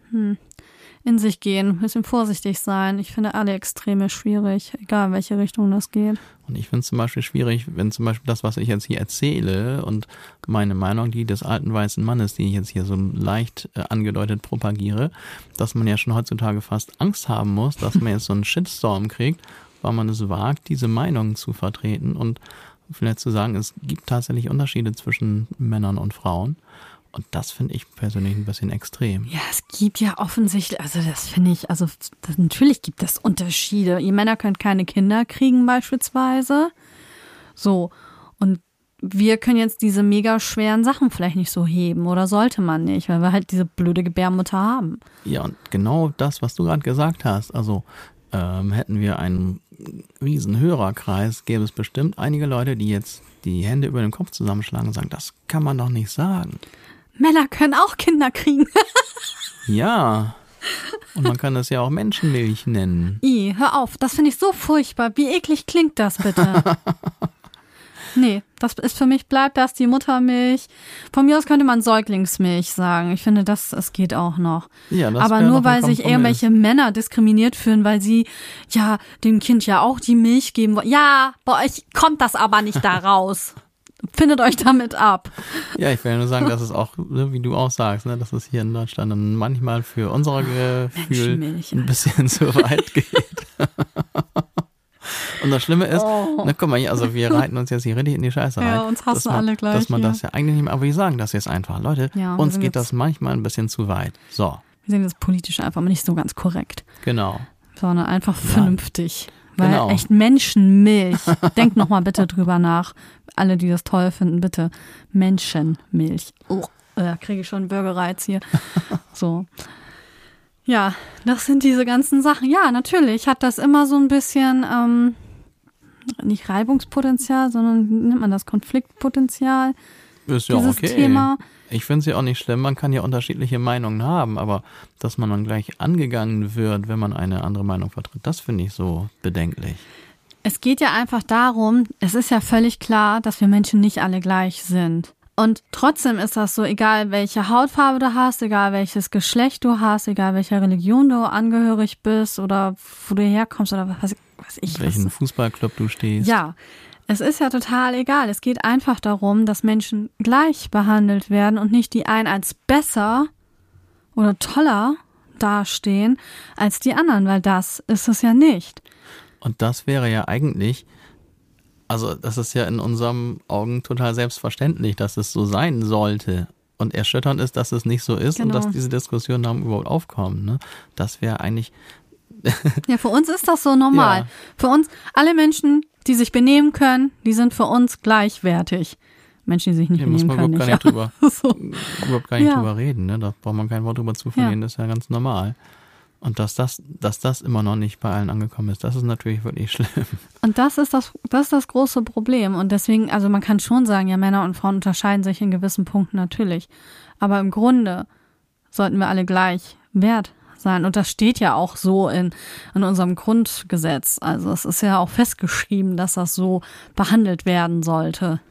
in sich gehen, ein bisschen vorsichtig sein. Ich finde alle Extreme schwierig, egal in welche Richtung das geht. Und ich finde es zum Beispiel schwierig, wenn zum Beispiel das, was ich jetzt hier erzähle und meine Meinung, die des alten weißen Mannes, die ich jetzt hier so leicht angedeutet propagiere, dass man ja schon heutzutage fast Angst haben muss, dass man jetzt so einen Shitstorm kriegt, weil man es wagt, diese Meinungen zu vertreten und vielleicht zu sagen, es gibt tatsächlich Unterschiede zwischen Männern und Frauen. Und das finde ich persönlich ein bisschen extrem. Ja, es gibt ja offensichtlich, also das finde ich, natürlich gibt es Unterschiede. Ihr Männer könnt keine Kinder kriegen beispielsweise. So, und wir können jetzt diese mega schweren Sachen vielleicht nicht so heben oder sollte man nicht, weil wir halt diese blöde Gebärmutter haben. Ja, und genau das, was du gerade gesagt hast, also hätten wir einen riesen Hörerkreis, gäbe es bestimmt einige Leute, die jetzt die Hände über den Kopf zusammenschlagen und sagen, das kann man doch nicht sagen. Männer können auch Kinder kriegen. Ja, und man kann das ja auch Menschenmilch nennen. Hör auf, das finde ich so furchtbar. Wie eklig klingt das bitte? Nee, das ist für mich, bleibt das die Muttermilch. Von mir aus könnte man Säuglingsmilch sagen. Ich finde, es geht auch noch. Ja, das aber nur weil sich irgendwelche Männer diskriminiert fühlen, weil sie ja dem Kind ja auch die Milch geben wollen. Ja, bei euch kommt das aber nicht da raus. Findet euch damit ab. Ja, ich will nur sagen, dass es auch, wie du auch sagst, ne, dass es hier in Deutschland dann manchmal für unser Gefühl ein bisschen zu weit geht. Und das Schlimme ist, guck mal hier, also wir reiten uns jetzt hier richtig in die Scheiße rein. Ja, uns hassen alle gleich. Dass man das ja eigentlich nicht mehr, aber wir sagen das jetzt einfach. Leute, uns geht das manchmal ein bisschen zu weit. So. Wir sind jetzt politisch einfach mal nicht so ganz korrekt. Genau. sondern einfach vernünftig. Weil genau. echt Menschenmilch, denkt nochmal bitte drüber nach. Alle, die das toll finden, bitte Menschenmilch. Oh, da kriege ich schon einen Bürgerreiz hier. So. Ja, das sind diese ganzen Sachen. Ja, natürlich hat das immer so ein bisschen, nicht Reibungspotenzial, sondern nennt man das Konfliktpotenzial. Ist ja dieses okay. Thema. Ich finde es ja auch nicht schlimm, man kann ja unterschiedliche Meinungen haben, aber dass man dann gleich angegangen wird, wenn man eine andere Meinung vertritt, das finde ich so bedenklich. Es geht ja einfach darum, es ist ja völlig klar, dass wir Menschen nicht alle gleich sind. Und trotzdem ist das so, egal welche Hautfarbe du hast, egal welches Geschlecht du hast, egal welcher Religion du angehörig bist oder wo du herkommst oder was ich. Welchen Fußballclub du stehst. Ja, es ist ja total egal. Es geht einfach darum, dass Menschen gleich behandelt werden und nicht die einen als besser oder toller dastehen als die anderen, weil das ist es ja nicht. Und das wäre ja eigentlich, also das ist ja in unseren Augen total selbstverständlich, dass es so sein sollte. Und erschütternd ist, dass es nicht so ist und dass diese Diskussionen dann überhaupt aufkommen. Ne? Das wäre eigentlich... Ja, für uns ist das so normal. Ja. Für uns, alle Menschen, die sich benehmen können, die sind für uns gleichwertig. Menschen, die sich nicht benehmen können, nicht. Überhaupt gar nicht drüber reden. Ne? Da braucht man kein Wort drüber zu verlieren, das ist ja ganz normal. Und dass das immer noch nicht bei allen angekommen ist, das ist natürlich wirklich schlimm. Und das ist das große Problem. Und deswegen, also man kann schon sagen, ja, Männer und Frauen unterscheiden sich in gewissen Punkten natürlich. Aber im Grunde sollten wir alle gleich wert sein. Und das steht ja auch so in unserem Grundgesetz. Also es ist ja auch festgeschrieben, dass das so behandelt werden sollte.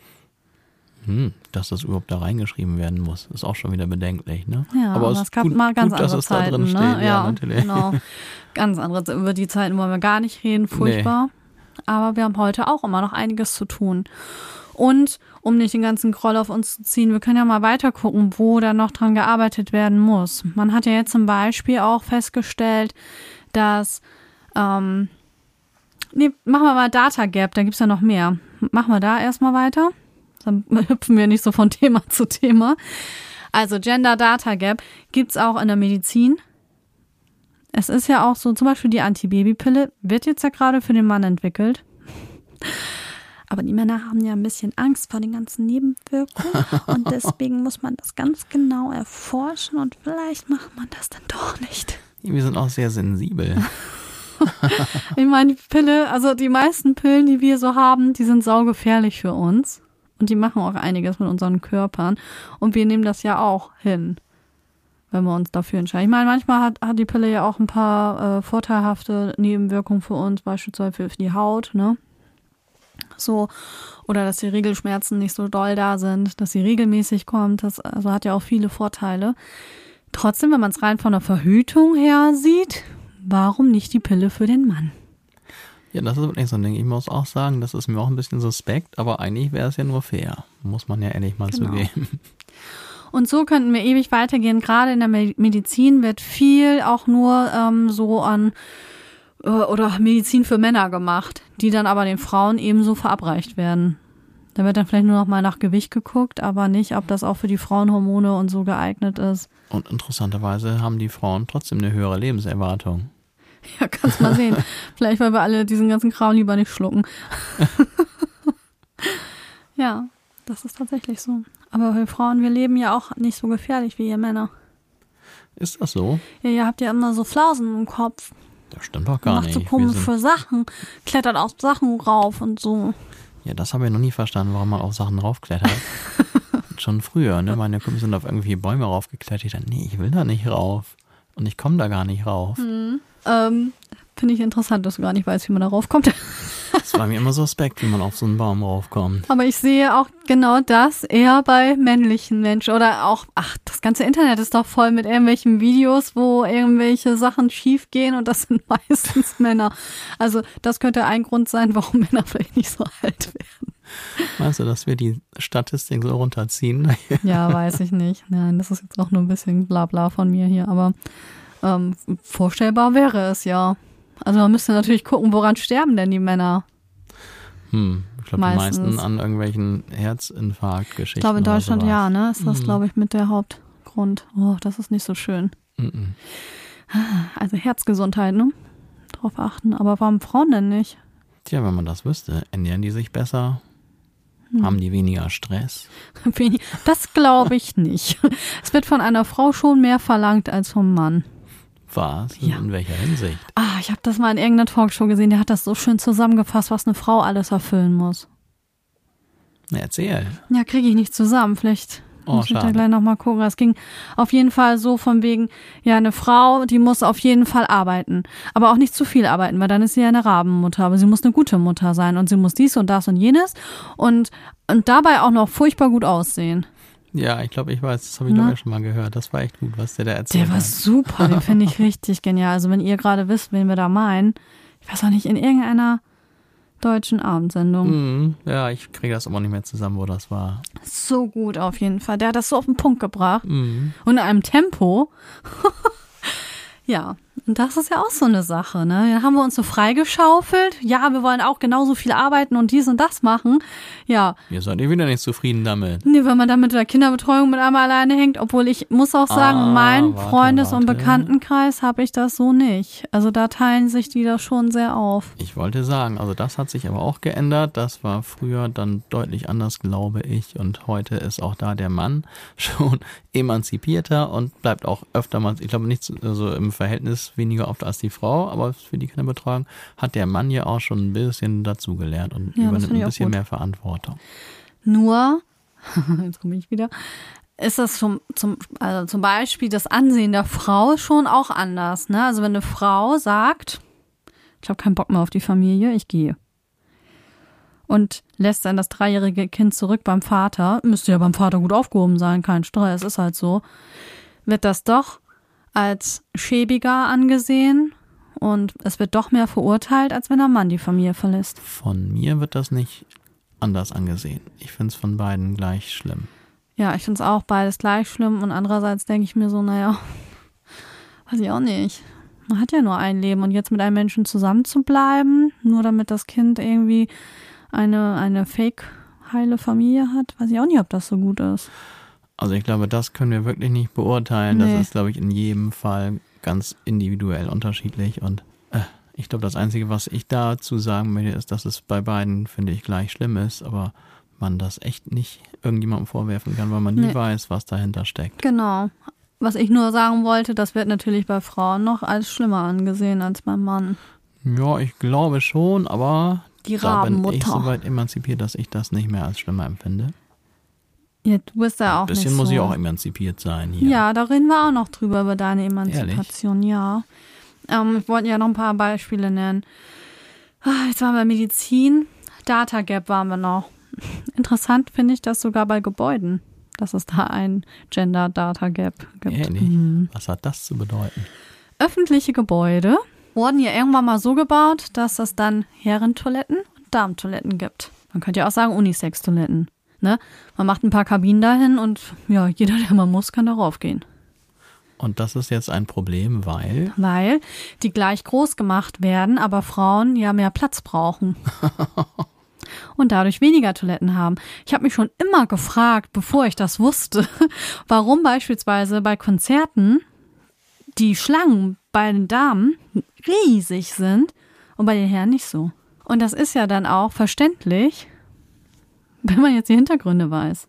Dass das überhaupt da reingeschrieben werden muss, ist auch schon wieder bedenklich, ne? Ja, aber es gab mal ganz andere Zeiten, da drin steht. Ne? Ja, natürlich. Genau. Ganz andere. Über die Zeiten wollen wir gar nicht reden, furchtbar. Nee. Aber wir haben heute auch immer noch einiges zu tun. Und um nicht den ganzen Groll auf uns zu ziehen, wir können ja mal weiter gucken, wo da noch dran gearbeitet werden muss. Man hat ja jetzt zum Beispiel auch festgestellt, dass machen wir mal Data Gap, da gibt's ja noch mehr. Machen wir da erstmal weiter. Dann hüpfen wir nicht so von Thema zu Thema. Also Gender Data Gap gibt's auch in der Medizin. Es ist ja auch so, zum Beispiel die Antibabypille wird jetzt ja gerade für den Mann entwickelt. Aber die Männer haben ja ein bisschen Angst vor den ganzen Nebenwirkungen. Und deswegen muss man das ganz genau erforschen. Und vielleicht macht man das dann doch nicht. Wir sind auch sehr sensibel. Ich meine, die Pille, also die meisten Pillen, die wir so haben, die sind saugefährlich für uns. Und die machen auch einiges mit unseren Körpern. Und wir nehmen das ja auch hin, wenn wir uns dafür entscheiden. Ich meine, manchmal hat die Pille ja auch ein paar vorteilhafte Nebenwirkungen für uns, beispielsweise für die Haut, ne? So, oder dass die Regelschmerzen nicht so doll da sind, dass sie regelmäßig kommt. Das also hat ja auch viele Vorteile. Trotzdem, wenn man es rein von der Verhütung her sieht, warum nicht die Pille für den Mann? Ja, das ist wirklich so ein Ding. Ich muss auch sagen, das ist mir auch ein bisschen suspekt, aber eigentlich wäre es ja nur fair. Muss man ja ehrlich mal zugeben. Und so könnten wir ewig weitergehen. Gerade in der Medizin wird viel auch nur so an oder Medizin für Männer gemacht, die dann aber den Frauen ebenso verabreicht werden. Da wird dann vielleicht nur noch mal nach Gewicht geguckt, aber nicht, ob das auch für die Frauenhormone und so geeignet ist. Und interessanterweise haben die Frauen trotzdem eine höhere Lebenserwartung. Ja, kannst mal sehen. Vielleicht, weil wir alle diesen ganzen Kram lieber nicht schlucken. Ja, das ist tatsächlich so. Aber wir Frauen, wir leben ja auch nicht so gefährlich wie ihr Männer. Ist das so? Ja, ihr habt ja immer so Flausen im Kopf. Das stimmt doch gar nicht. Macht so komische Sachen, klettert auf Sachen rauf und so. Ja, das habe ich noch nie verstanden, warum man auf Sachen raufklettert. Schon früher, ne? Meine Kumpels sind auf irgendwie Bäume raufgeklettert. Ich dachte, nee, ich will da nicht rauf. Und ich komme da gar nicht rauf. Finde ich interessant, dass du gar nicht weißt, wie man da raufkommt. Das war mir immer suspekt, wie man auf so einen Baum raufkommt. Aber ich sehe auch genau das eher bei männlichen Menschen. Oder auch, das ganze Internet ist doch voll mit irgendwelchen Videos, wo irgendwelche Sachen schief gehen und das sind meistens Männer. Also das könnte ein Grund sein, warum Männer vielleicht nicht so alt werden. Meinst du, dass wir die Statistik so runterziehen? Ja, weiß ich nicht. Nein, das ist jetzt auch nur ein bisschen Blabla von mir hier, aber vorstellbar wäre es ja. Also man müsste natürlich gucken, woran sterben denn die Männer? Ich glaube, die meisten an irgendwelchen Herzinfarktgeschichten. Ich glaube, in Deutschland ja, ne? Ist das, glaube ich, mit der Hauptgrund. Oh, das ist nicht so schön. Also Herzgesundheit, ne? drauf achten. Aber warum Frauen denn nicht? Tja, wenn man das wüsste, ernähren die sich besser? Haben die weniger Stress? Das glaube ich nicht. Es wird von einer Frau schon mehr verlangt als vom Mann. Was? Ja. In welcher Hinsicht? Ich habe das mal in irgendeiner Talkshow gesehen, der hat das so schön zusammengefasst, was eine Frau alles erfüllen muss. Na, erzähl. Ja, kriege ich nicht zusammen. Vielleicht muss ich da schade. gleich nochmal gucken. Es ging auf jeden Fall so von wegen, ja, eine Frau, die muss auf jeden Fall arbeiten. Aber auch nicht zu viel arbeiten, weil dann ist sie ja eine Rabenmutter. Aber sie muss eine gute Mutter sein und sie muss dies und das und jenes und dabei auch noch furchtbar gut aussehen. Ja, ich glaube, ich weiß, das habe ich doch ja schon mal gehört. Das war echt gut, was der da erzählt hat. Der war super, den finde ich richtig genial. Also wenn ihr gerade wisst, wen wir da meinen, ich weiß auch nicht, in irgendeiner deutschen Abendsendung. Ja, ich kriege das aber nicht mehr zusammen, wo das war. So gut auf jeden Fall. Der hat das so auf den Punkt gebracht. Mhm. Und in einem Tempo. Ja, und das ist ja auch so eine Sache, ne? Dann haben wir uns so freigeschaufelt. Ja, wir wollen auch genauso viel arbeiten und dies und das machen. Ja. Ihr seid wieder nicht zufrieden damit. Nee, wenn man dann mit der Kinderbetreuung mit einmal alleine hängt, obwohl ich muss auch sagen, in meinem Freundes- und Bekanntenkreis habe ich das so nicht. Also da teilen sich die das schon sehr auf. Ich wollte sagen, also das hat sich aber auch geändert. Das war früher dann deutlich anders, glaube ich. Und heute ist auch da der Mann schon emanzipierter und bleibt auch öfter mal, ich glaube nicht so im Verhältnis weniger oft als die Frau, aber für die Kinderbetreuung hat der Mann ja auch schon ein bisschen dazugelernt und übernimmt ein bisschen mehr Verantwortung. Nur, jetzt komme ich wieder, ist das zum Beispiel das Ansehen der Frau schon auch anders. Ne? Also wenn eine Frau sagt, ich habe keinen Bock mehr auf die Familie, ich gehe. Und lässt dann das 3-jährige Kind zurück beim Vater, müsste ja beim Vater gut aufgehoben sein, kein Stress, ist halt so, wird das doch als schäbiger angesehen und es wird doch mehr verurteilt, als wenn der Mann die Familie verlässt. Von mir wird das nicht anders angesehen. Ich finde es von beiden gleich schlimm. Ja, ich finde es auch beides gleich schlimm und andererseits denke ich mir so, naja, weiß ich auch nicht. Man hat ja nur ein Leben und jetzt mit einem Menschen zusammen zu bleiben, nur damit das Kind irgendwie eine fake-heile Familie hat, weiß ich auch nicht, ob das so gut ist. Also ich glaube, das können wir wirklich nicht beurteilen. Nee. Das ist, glaube ich, in jedem Fall ganz individuell unterschiedlich. Und ich glaube, das Einzige, was ich dazu sagen möchte, ist, dass es bei beiden, finde ich, gleich schlimm ist, aber man das echt nicht irgendjemandem vorwerfen kann, weil man nie weiß, was dahinter steckt. Genau. Was ich nur sagen wollte, das wird natürlich bei Frauen noch als schlimmer angesehen als beim Mann. Ja, ich glaube schon, aber Die da bin Rabenmutter. ich so weit emanzipiert, dass ich das nicht mehr als schlimmer empfinde. Ja, du bist ja auch Ein bisschen nicht so. muss ich auch emanzipiert sein hier. Ja, da reden wir auch noch drüber, über deine Emanzipation, ja. Ich wollte ja noch ein paar Beispiele nennen. Jetzt waren wir Medizin, Data Gap waren wir noch. Interessant finde ich das sogar bei Gebäuden, dass es da ein Gender Data Gap gibt. Ehrlich? Was hat das zu bedeuten? Öffentliche Gebäude wurden ja irgendwann mal so gebaut, dass es dann Herrentoiletten und Damentoiletten gibt. Man könnte ja auch sagen Unisex-Toiletten. Ne? Man macht ein paar Kabinen dahin und ja, jeder, der mal muss, kann darauf gehen. Und das ist jetzt ein Problem, weil? Weil die gleich groß gemacht werden, aber Frauen ja mehr Platz brauchen. Und dadurch weniger Toiletten haben. Ich habe mich schon immer gefragt, bevor ich das wusste, warum beispielsweise bei Konzerten die Schlangen bei den Damen riesig sind und bei den Herren nicht so. Und das ist ja dann auch verständlich, wenn man jetzt die Hintergründe weiß.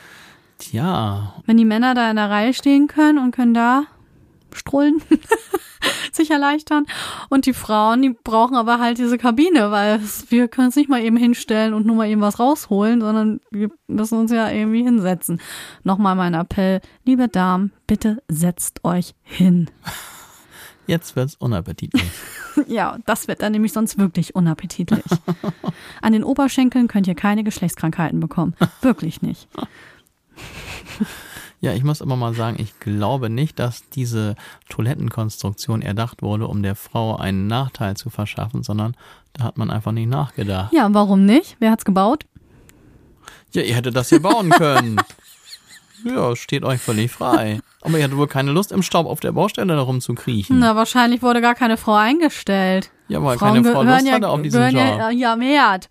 Tja. Wenn die Männer da in der Reihe stehen können und können da strullen, sich erleichtern. Und die Frauen, die brauchen aber halt diese Kabine, weil wir können es nicht mal eben hinstellen und nur mal eben was rausholen, sondern wir müssen uns ja irgendwie hinsetzen. Nochmal mein Appell, liebe Damen, bitte setzt euch hin. Jetzt wird's unappetitlich. Ja, das wird dann nämlich sonst wirklich unappetitlich. An den Oberschenkeln könnt ihr keine Geschlechtskrankheiten bekommen. Wirklich nicht. Ja, ich muss aber mal sagen, ich glaube nicht, dass diese Toilettenkonstruktion erdacht wurde, um der Frau einen Nachteil zu verschaffen, sondern da hat man einfach nicht nachgedacht. Ja, warum nicht? Wer hat's gebaut? Ja, ihr hättet das hier bauen können. Ja, steht euch völlig frei. Aber ihr hattet wohl keine Lust, im Staub auf der Baustelle herumzukriechen. Na, wahrscheinlich wurde gar keine Frau eingestellt. Ja, weil Frauen keine Frau Lust ja, hatte auf diesen Job. Ja, Mehrt.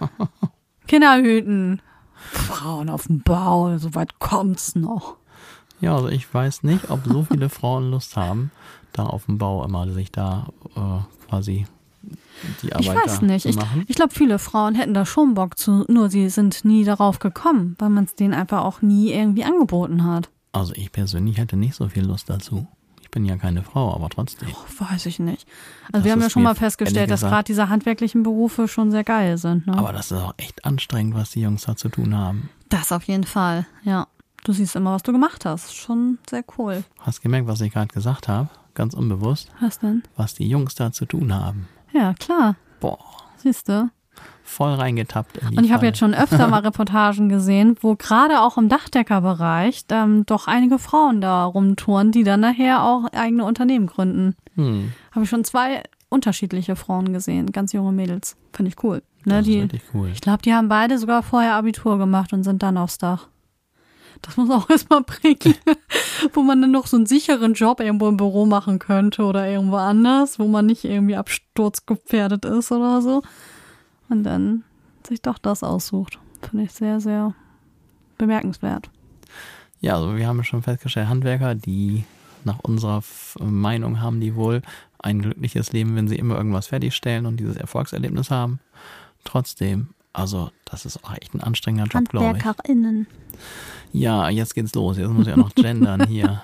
Kinder hüten. Frauen auf dem Bau, so weit kommt's noch. Ja, also ich weiß nicht, ob so viele Frauen Lust haben, da auf dem Bau immer sich da quasi die Arbeit Ich weiß da nicht. zu machen. Ich glaube, viele Frauen hätten da schon Bock zu, nur sie sind nie darauf gekommen, weil man es denen einfach auch nie irgendwie angeboten hat. Also ich persönlich hätte nicht so viel Lust dazu. Ich bin ja keine Frau, aber trotzdem. Weiß ich nicht. Also Das wir haben ja ist schon mir mal festgestellt, ehrlich dass gesagt- gerade diese handwerklichen Berufe schon sehr geil sind. Ne? Aber das ist auch echt anstrengend, was die Jungs da zu tun haben. Das auf jeden Fall, ja. Du siehst immer, was du gemacht hast. Schon sehr cool. Hast gemerkt, was ich gerade gesagt habe? Ganz unbewusst. Was denn? Was die Jungs da zu tun haben. Ja, klar. Boah, Siehst du? voll reingetappt in die Und ich habe Falle. jetzt schon öfter mal Reportagen gesehen, wo gerade auch im Dachdeckerbereich doch einige Frauen da rumtouren, die dann nachher auch eigene Unternehmen gründen. Habe ich schon 2 unterschiedliche Frauen gesehen, ganz junge Mädels. Finde ich cool. Ne, Das ist richtig cool. ich glaube, die haben beide sogar vorher Abitur gemacht und sind dann aufs Dach. Das muss auch erstmal bringen, wo man dann noch so einen sicheren Job irgendwo im Büro machen könnte oder irgendwo anders, wo man nicht irgendwie absturzgefährdet ist oder so. Und dann sich doch das aussucht. Finde ich sehr, sehr bemerkenswert. Ja, also wir haben schon festgestellt, Handwerker, die nach unserer Meinung haben, die wohl ein glückliches Leben, wenn sie immer irgendwas fertigstellen und dieses Erfolgserlebnis haben. Trotzdem, also das ist auch echt ein anstrengender Job, glaube ich. HandwerkerInnen. Ja, jetzt geht's los. Jetzt muss ich auch noch gendern hier.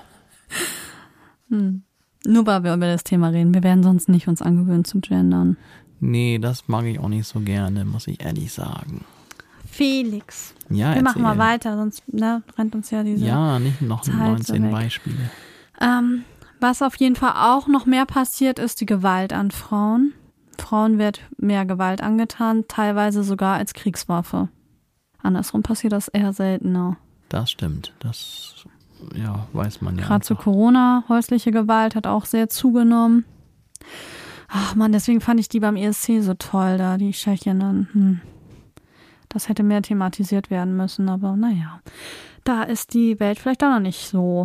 Nur weil wir über das Thema reden. Wir werden sonst nicht uns angewöhnt zu gendern. Nee, das mag ich auch nicht so gerne, muss ich ehrlich sagen. Felix. Ja, Wir machen mal erzähl. weiter, sonst rennt uns ja diese Ja, nicht noch Zeit 19 so weg. Beispiele. Was auf jeden Fall auch noch mehr passiert, ist die Gewalt an Frauen. Frauen wird mehr Gewalt angetan, teilweise sogar als Kriegswaffe. Andersrum passiert das eher seltener. Das stimmt. Das ja, weiß man ja. Gerade zu einfach. Corona, häusliche Gewalt hat auch sehr zugenommen. Ach man, deswegen fand ich die beim ESC so toll da, die Tschechinnen. Das hätte mehr thematisiert werden müssen, aber naja. Da ist die Welt vielleicht auch noch nicht so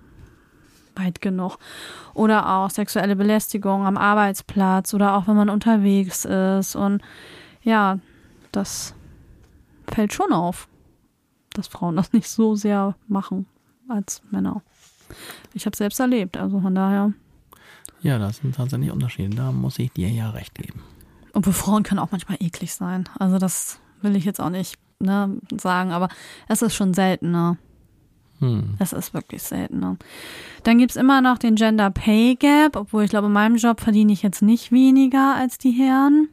weit genug. Oder auch sexuelle Belästigung am Arbeitsplatz oder auch wenn man unterwegs ist. Und ja, das fällt schon auf, dass Frauen das nicht so sehr machen als Männer. Ich habe selbst erlebt, also von daher. Ja, das sind tatsächlich Unterschiede. Da muss ich dir ja recht geben. Obwohl Frauen können auch manchmal eklig sein. Also das will ich jetzt auch nicht sagen, aber es ist schon seltener. Es ist wirklich seltener. Dann gibt's immer noch den Gender Pay Gap, obwohl ich glaube, in meinem Job verdiene ich jetzt nicht weniger als die Herren.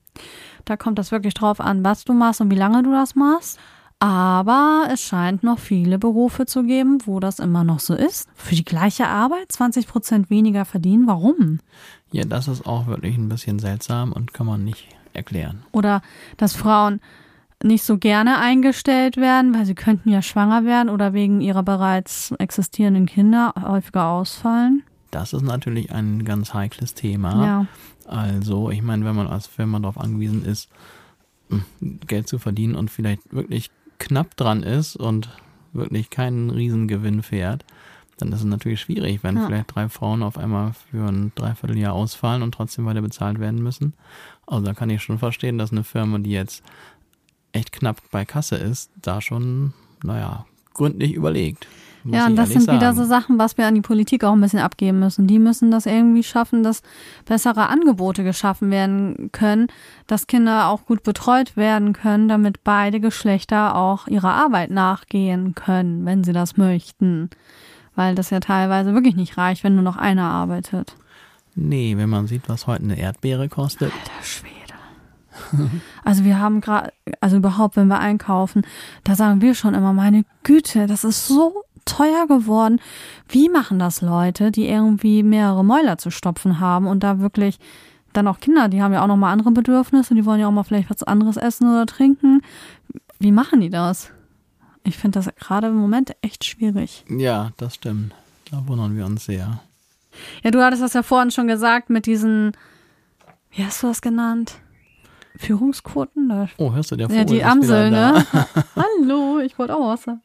Da kommt das wirklich drauf an, was du machst und wie lange du das machst. Aber es scheint noch viele Berufe zu geben, wo das immer noch so ist. Für die gleiche Arbeit 20% weniger verdienen. Warum? Ja, das ist auch wirklich ein bisschen seltsam und kann man nicht erklären. Oder dass Frauen nicht so gerne eingestellt werden, weil sie könnten ja schwanger werden oder wegen ihrer bereits existierenden Kinder häufiger ausfallen. Das ist natürlich ein ganz heikles Thema. Ja. Also, ich meine, wenn man als Firma darauf angewiesen ist, Geld zu verdienen und vielleicht wirklich knapp dran ist und wirklich keinen Riesengewinn fährt, dann ist es natürlich schwierig, wenn vielleicht 3 Frauen auf einmal für ein Dreivierteljahr ausfallen und trotzdem weiter bezahlt werden müssen. Also da kann ich schon verstehen, dass eine Firma, die jetzt echt knapp bei Kasse ist, da schon, gründlich überlegt. Muss Ja, und ich das ehrlich sind wieder sagen. so Sachen, was wir an die Politik auch ein bisschen abgeben müssen. Die müssen das irgendwie schaffen, dass bessere Angebote geschaffen werden können, dass Kinder auch gut betreut werden können, damit beide Geschlechter auch ihrer Arbeit nachgehen können, wenn sie das möchten. Weil das ja teilweise wirklich nicht reicht, wenn nur noch einer arbeitet. Nee, wenn man sieht, was heute eine Erdbeere kostet. Alter Schwede. Also wir haben gerade, also überhaupt, wenn wir einkaufen, da sagen wir schon immer, meine Güte, das ist so teuer geworden. Wie machen das Leute, die irgendwie mehrere Mäuler zu stopfen haben und da wirklich dann auch Kinder, die haben ja auch nochmal andere Bedürfnisse, die wollen ja auch mal vielleicht was anderes essen oder trinken. Wie machen die das? Ich finde das gerade im Moment echt schwierig. Ja, das stimmt. Da wundern wir uns sehr. Ja, du hattest das ja vorhin schon gesagt mit diesen, wie hast du das genannt? Führungsquoten? Da Oh, hörst du, der Vogel ja, die ist Amsel, wieder da. ne? Hallo, ich wollte auch was sagen.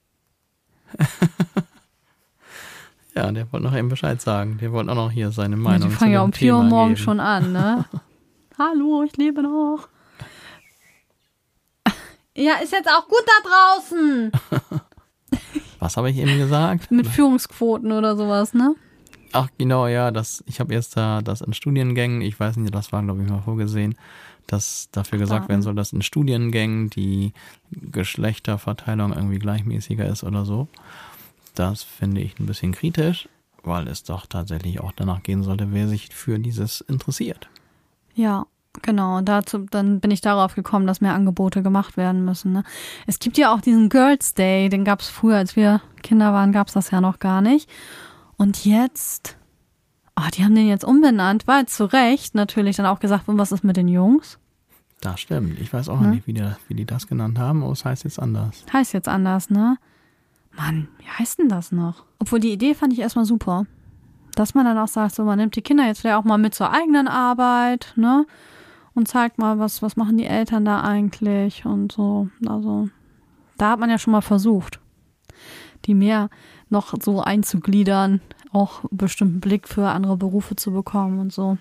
Ja, der wollte noch eben Bescheid sagen. Der wollte auch noch hier seine Ja, Meinung die fangen zu ja dem um 4 Uhr Thema morgens geben. schon an, ne? Hallo, ich lebe noch. Ja, ist jetzt auch gut da draußen. Was habe ich eben gesagt? Mit Führungsquoten oder sowas, ne? Ach genau, ja, ich habe erst da das in Studiengängen, ich weiß nicht, das war glaube ich mal vorgesehen, dass dafür gesagt werden soll, dass in Studiengängen die Geschlechterverteilung irgendwie gleichmäßiger ist oder so. Das finde ich ein bisschen kritisch, weil es doch tatsächlich auch danach gehen sollte, wer sich für dieses interessiert. Ja, genau. Dann bin ich darauf gekommen, dass mehr Angebote gemacht werden müssen. Ne? Es gibt ja auch diesen Girls Day, den gab es früher, als wir Kinder waren, gab es das ja noch gar nicht. Und jetzt, die haben den jetzt umbenannt, weil zu Recht natürlich dann auch gesagt, und was ist mit den Jungs? Das stimmt. Ich weiß auch noch nicht, wie die das genannt haben, aber es heißt jetzt anders. Heißt jetzt anders, ne? Mann, wie heißt denn das noch? Obwohl die Idee fand ich erstmal super. Dass man dann auch sagt, so man nimmt die Kinder jetzt vielleicht auch mal mit zur eigenen Arbeit, ne? Und zeigt mal, was machen die Eltern da eigentlich und so. Also, da hat man ja schon mal versucht, die mehr noch so einzugliedern, auch einen bestimmten Blick für andere Berufe zu bekommen und so.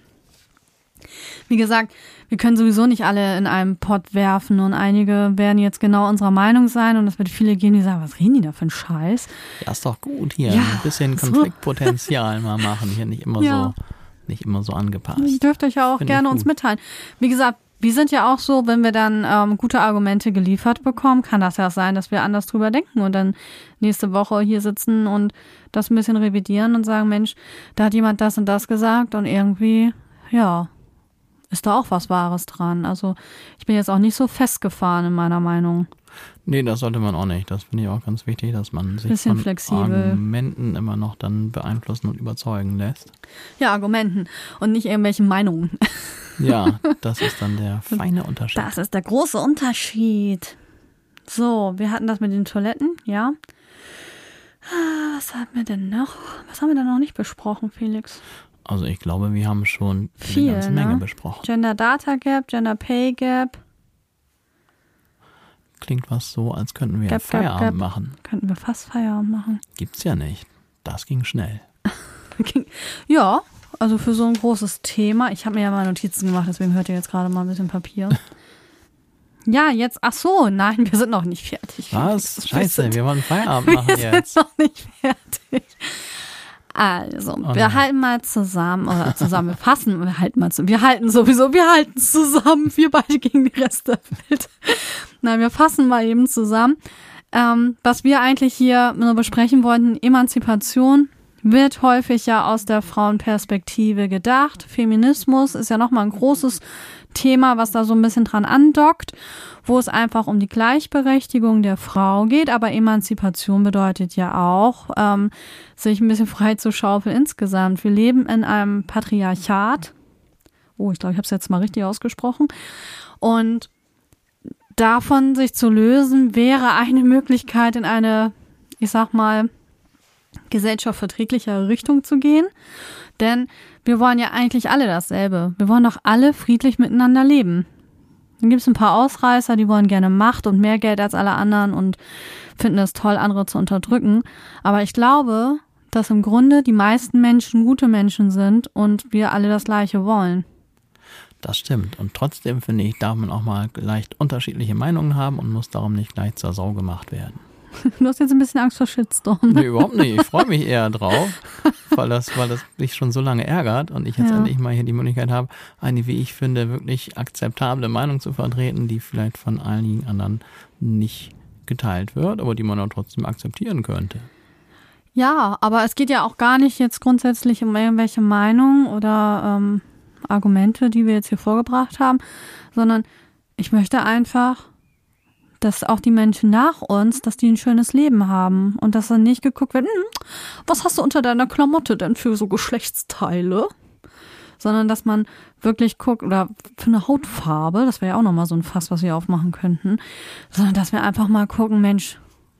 Wie gesagt, wir können sowieso nicht alle in einen Pott werfen und einige werden jetzt genau unserer Meinung sein und es wird viele gehen, die sagen, was reden die da für einen Scheiß? Ja, ist doch gut hier, ein bisschen Konfliktpotenzial mal machen, hier nicht immer so angepasst. Ihr dürft euch ja auch gerne uns mitteilen. Wie gesagt, wir sind ja auch so, wenn wir dann gute Argumente geliefert bekommen, kann das ja sein, dass wir anders drüber denken und dann nächste Woche hier sitzen und das ein bisschen revidieren und sagen, Mensch, da hat jemand das und das gesagt und irgendwie, ja, ist da auch was Wahres dran. Also ich bin jetzt auch nicht so festgefahren in meiner Meinung. Nee, das sollte man auch nicht. Das finde ich auch ganz wichtig, dass man sich bisschen von flexibel. Argumenten immer noch dann beeinflussen und überzeugen lässt. Ja, Argumenten und nicht irgendwelchen Meinungen. Ja, das ist dann der feine Unterschied. Das ist der große Unterschied. So, wir hatten das mit den Toiletten, ja. Was hatten wir denn noch? Was haben wir denn noch nicht besprochen, Felix? Also ich glaube, wir haben schon eine ganze Menge besprochen. Gender Data Gap, Gender Pay Gap. Klingt was so, als könnten wir Feierabend machen. Könnten wir fast Feierabend machen. Gibt's ja nicht. Das ging schnell. Ja, also für so ein großes Thema. Ich habe mir ja mal Notizen gemacht, deswegen hört ihr jetzt gerade mal ein bisschen Papier. Ja, jetzt, ach so, nein, wir sind noch nicht fertig. Was? Scheiße, wir wollen Feierabend machen jetzt. Wir sind noch nicht fertig. Also, wir halten mal zusammen, wir halten zusammen, wir beide gegen den Rest der Welt. Nein, wir fassen mal eben zusammen. Was wir eigentlich hier nur besprechen wollten, Emanzipation wird häufig ja aus der Frauenperspektive gedacht. Feminismus ist ja nochmal ein großes Thema, was da so ein bisschen dran andockt, wo es einfach um die Gleichberechtigung der Frau geht, aber Emanzipation bedeutet ja auch, sich ein bisschen frei zu schaufeln insgesamt. Wir leben in einem Patriarchat. Oh, ich glaube, ich habe es jetzt mal richtig ausgesprochen. Und davon sich zu lösen, wäre eine Möglichkeit, in eine, ich sag mal, gesellschaftsverträglichere Richtung zu gehen. Denn wir wollen ja eigentlich alle dasselbe. Wir wollen doch alle friedlich miteinander leben. Dann gibt es ein paar Ausreißer, die wollen gerne Macht und mehr Geld als alle anderen und finden es toll, andere zu unterdrücken. Aber ich glaube, dass im Grunde die meisten Menschen gute Menschen sind und wir alle das Gleiche wollen. Das stimmt. Und trotzdem, finde ich, darf man auch mal leicht unterschiedliche Meinungen haben und muss darum nicht gleich zur Sau gemacht werden. Du hast jetzt ein bisschen Angst vor Shitstorm. Nee, überhaupt nicht. Ich freue mich eher drauf, weil das mich schon so lange ärgert und ich jetzt endlich mal hier die Möglichkeit habe, eine, wie ich finde, wirklich akzeptable Meinung zu vertreten, die vielleicht von einigen anderen nicht geteilt wird, aber die man dann trotzdem akzeptieren könnte. Ja, aber es geht ja auch gar nicht jetzt grundsätzlich um irgendwelche Meinungen oder Argumente, die wir jetzt hier vorgebracht haben, sondern ich möchte einfach, dass auch die Menschen nach uns, dass die ein schönes Leben haben und dass dann nicht geguckt wird, was hast du unter deiner Klamotte denn für so Geschlechtsteile? Sondern dass man wirklich guckt, oder für eine Hautfarbe, das wäre ja auch nochmal so ein Fass, was wir aufmachen könnten, sondern dass wir einfach mal gucken, Mensch,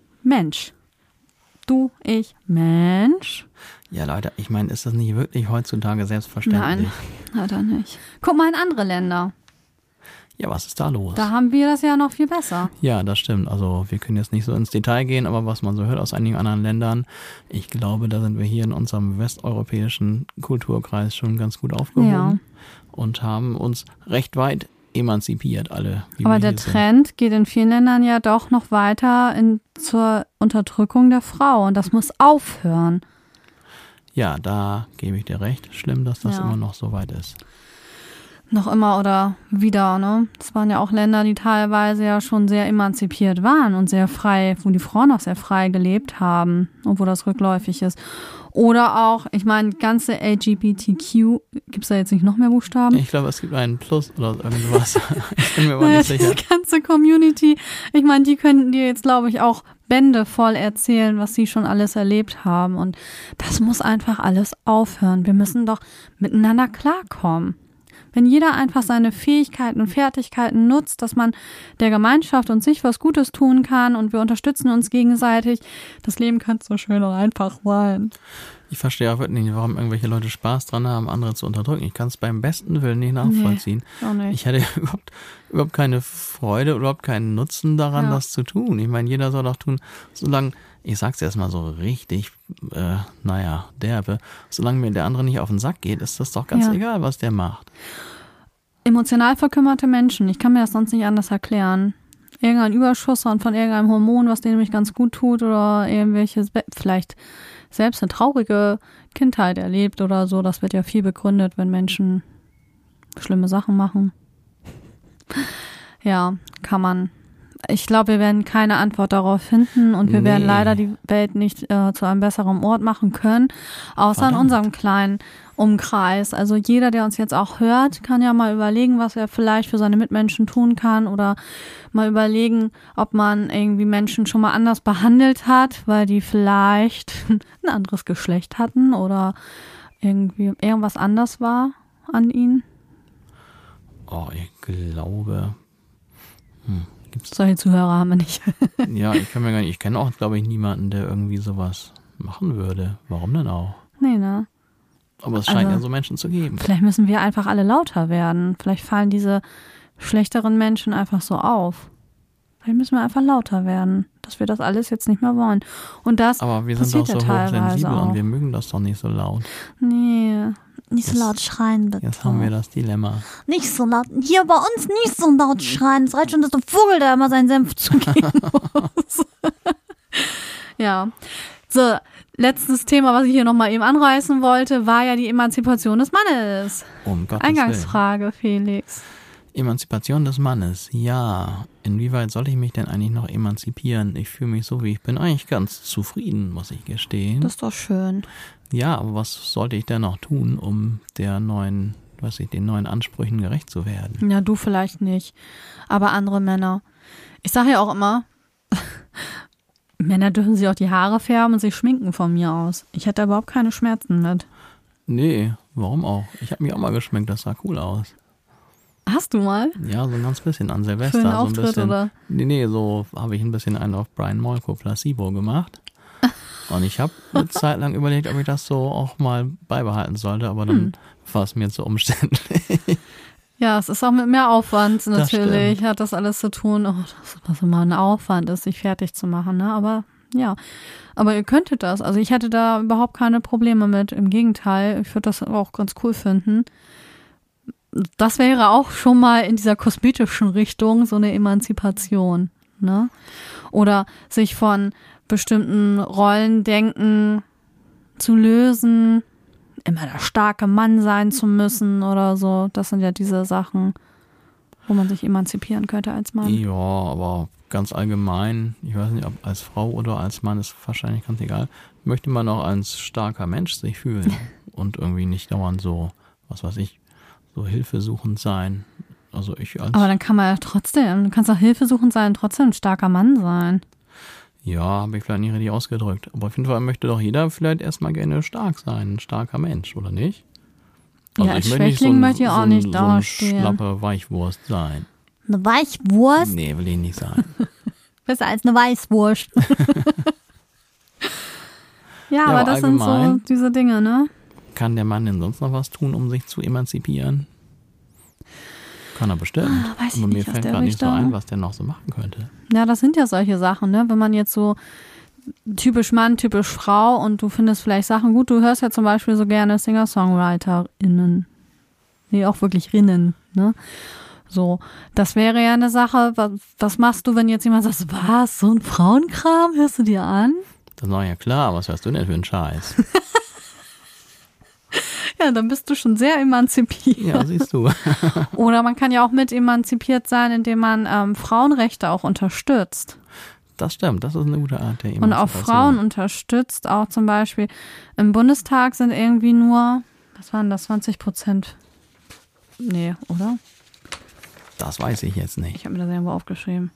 du, ich, Mensch. Ja, Leute, ich meine, ist das nicht wirklich heutzutage selbstverständlich? Nein, leider nicht. Guck mal in andere Länder. Ja, was ist da los? Da haben wir das ja noch viel besser. Ja, das stimmt. Also wir können jetzt nicht so ins Detail gehen, aber was man so hört aus einigen anderen Ländern, ich glaube, da sind wir hier in unserem westeuropäischen Kulturkreis schon ganz gut aufgehoben und haben uns recht weit emanzipiert alle. Aber der Trend geht in vielen Ländern ja doch noch weiter zur Unterdrückung der Frau und das muss aufhören. Ja, da gebe ich dir recht. Schlimm, dass das immer noch so weit ist. Noch immer oder wieder, ne? Es waren ja auch Länder, die teilweise ja schon sehr emanzipiert waren und sehr frei, wo die Frauen auch sehr frei gelebt haben, obwohl das rückläufig ist. Oder auch, ich meine, ganze LGBTQ, gibt es da jetzt nicht noch mehr Buchstaben? Ich glaube, es gibt einen Plus oder irgendwas. Ich bin mir aber nicht sicher. Die ganze Community, ich meine, die könnten dir jetzt, glaube ich, auch Bände voll erzählen, was sie schon alles erlebt haben. Und das muss einfach alles aufhören. Wir müssen doch miteinander klarkommen. Wenn jeder einfach seine Fähigkeiten und Fertigkeiten nutzt, dass man der Gemeinschaft und sich was Gutes tun kann und wir unterstützen uns gegenseitig, das Leben kann so schön und einfach sein. Ich verstehe auch wirklich nicht, warum irgendwelche Leute Spaß dran haben, andere zu unterdrücken. Ich kann es beim besten Willen nicht nachvollziehen. Nee, auch nicht. Ich hatte überhaupt keine Freude, überhaupt keinen Nutzen daran, das zu tun. Ich meine, jeder soll doch tun, solange, ich sag's erst mal so richtig, derbe, solange mir der andere nicht auf den Sack geht, ist das doch ganz egal, was der macht. Emotional verkümmerte Menschen, ich kann mir das sonst nicht anders erklären. Irgendein Überschuss von irgendeinem Hormon, was denen nämlich ganz gut tut oder irgendwelches, vielleicht selbst eine traurige Kindheit erlebt oder so. Das wird ja viel begründet, wenn Menschen schlimme Sachen machen. Ja, kann man. Ich glaube, wir werden keine Antwort darauf finden und wir werden leider die Welt nicht zu einem besseren Ort machen können, außer in unserem kleinen Umkreis. Also jeder, der uns jetzt auch hört, kann ja mal überlegen, was er vielleicht für seine Mitmenschen tun kann oder mal überlegen, ob man irgendwie Menschen schon mal anders behandelt hat, weil die vielleicht ein anderes Geschlecht hatten oder irgendwie irgendwas anders war an ihnen. Oh, ich glaube... Solche Zuhörer haben wir nicht. Ja, ich kenne auch, glaube ich, niemanden, der irgendwie sowas machen würde. Warum denn auch? Nee, ne? Aber es scheint ja so Menschen zu geben. Vielleicht müssen wir einfach alle lauter werden. Vielleicht fallen diese schlechteren Menschen einfach so auf. Vielleicht müssen wir einfach lauter werden, dass wir das alles jetzt nicht mehr wollen. Und das aber wir sind doch so hochsensibel und wir mögen das doch nicht so laut. Nee, nicht so laut schreien, bitte. Jetzt haben wir das Dilemma. Nicht so laut, hier bei uns nicht so laut schreien. Es reicht schon, dass der Vogel da immer seinen Senf zugeben muss. Ja, so, letztes Thema, was ich hier nochmal eben anreißen wollte, war ja die Emanzipation des Mannes. Um Gottes Eingangsfrage, Willen. Felix. Emanzipation des Mannes, ja. Inwieweit soll ich mich denn eigentlich noch emanzipieren? Ich fühle mich so, wie ich bin, eigentlich ganz zufrieden, muss ich gestehen. Das ist doch schön. Ja, aber was sollte ich denn noch tun, um den neuen Ansprüchen gerecht zu werden? Ja, du vielleicht nicht, aber andere Männer. Ich sage ja auch immer, Männer dürfen sich auch die Haare färben und sich schminken von mir aus. Ich hätte überhaupt keine Schmerzen mit. Nee, warum auch? Ich habe mich auch mal geschminkt, das sah cool aus. Hast du mal? Ja, so ein ganz bisschen an Silvester. Für einen Auftritt, so ein bisschen, oder? Nee, so habe ich ein bisschen einen auf Brian Molko Placebo gemacht. Und ich habe eine Zeit lang überlegt, ob ich das so auch mal beibehalten sollte, aber dann war es mir zu umständlich. Ja, es ist auch mit mehr Aufwand natürlich, hat das alles zu tun. Oh, was immer ein Aufwand ist, sich fertig zu machen, ne? Aber ja, aber ihr könntet das. Also ich hätte da überhaupt keine Probleme mit. Im Gegenteil, ich würde das auch ganz cool finden. Das wäre auch schon mal in dieser kosmetischen Richtung so eine Emanzipation, ne? Oder sich von bestimmten Rollendenken zu lösen, immer der starke Mann sein zu müssen oder so. Das sind ja diese Sachen, wo man sich emanzipieren könnte als Mann. Ja, aber ganz allgemein, ich weiß nicht, ob als Frau oder als Mann, ist wahrscheinlich ganz egal, möchte man auch als starker Mensch sich fühlen und irgendwie nicht dauernd so, was weiß ich, so hilfesuchend sein. Also aber dann kann man ja trotzdem, du kannst auch hilfesuchend sein und trotzdem ein starker Mann sein. Ja, habe ich vielleicht nicht richtig ausgedrückt. Aber auf jeden Fall möchte doch jeder vielleicht erstmal gerne stark sein, ein starker Mensch, oder nicht? Also ja, als Schwächling möchte ich auch nicht dastehen. So eine schlappe Weichwurst sein. Eine Weichwurst? Nee, will ich nicht sein. Besser als eine Weißwurst. Ja, aber das sind so diese Dinge, ne? Kann der Mann denn sonst noch was tun, um sich zu emanzipieren? Kann er bestimmt. Aber mir fällt gerade nicht so ein, was der noch so machen könnte. Ja, das sind ja solche Sachen, ne? Wenn man jetzt so typisch Mann, typisch Frau und du findest vielleicht Sachen gut. Du hörst ja zum Beispiel so gerne Singer-SongwriterInnen. Nee, auch wirklich Rinnen, ne? So, das wäre ja eine Sache. Was machst du, wenn jetzt jemand sagt, was, so ein Frauenkram, hörst du dir an? Das war ja klar, was hörst du denn für einen Scheiß? Ja, dann bist du schon sehr emanzipiert. Ja, siehst du. Oder man kann ja auch mit emanzipiert sein, indem man Frauenrechte auch unterstützt. Das stimmt, das ist eine gute Art der Und auch Frauen unterstützt, auch zum Beispiel im Bundestag sind irgendwie nur, was waren das, 20%? Nee, oder? Das weiß ich jetzt nicht. Ich habe mir das irgendwo aufgeschrieben.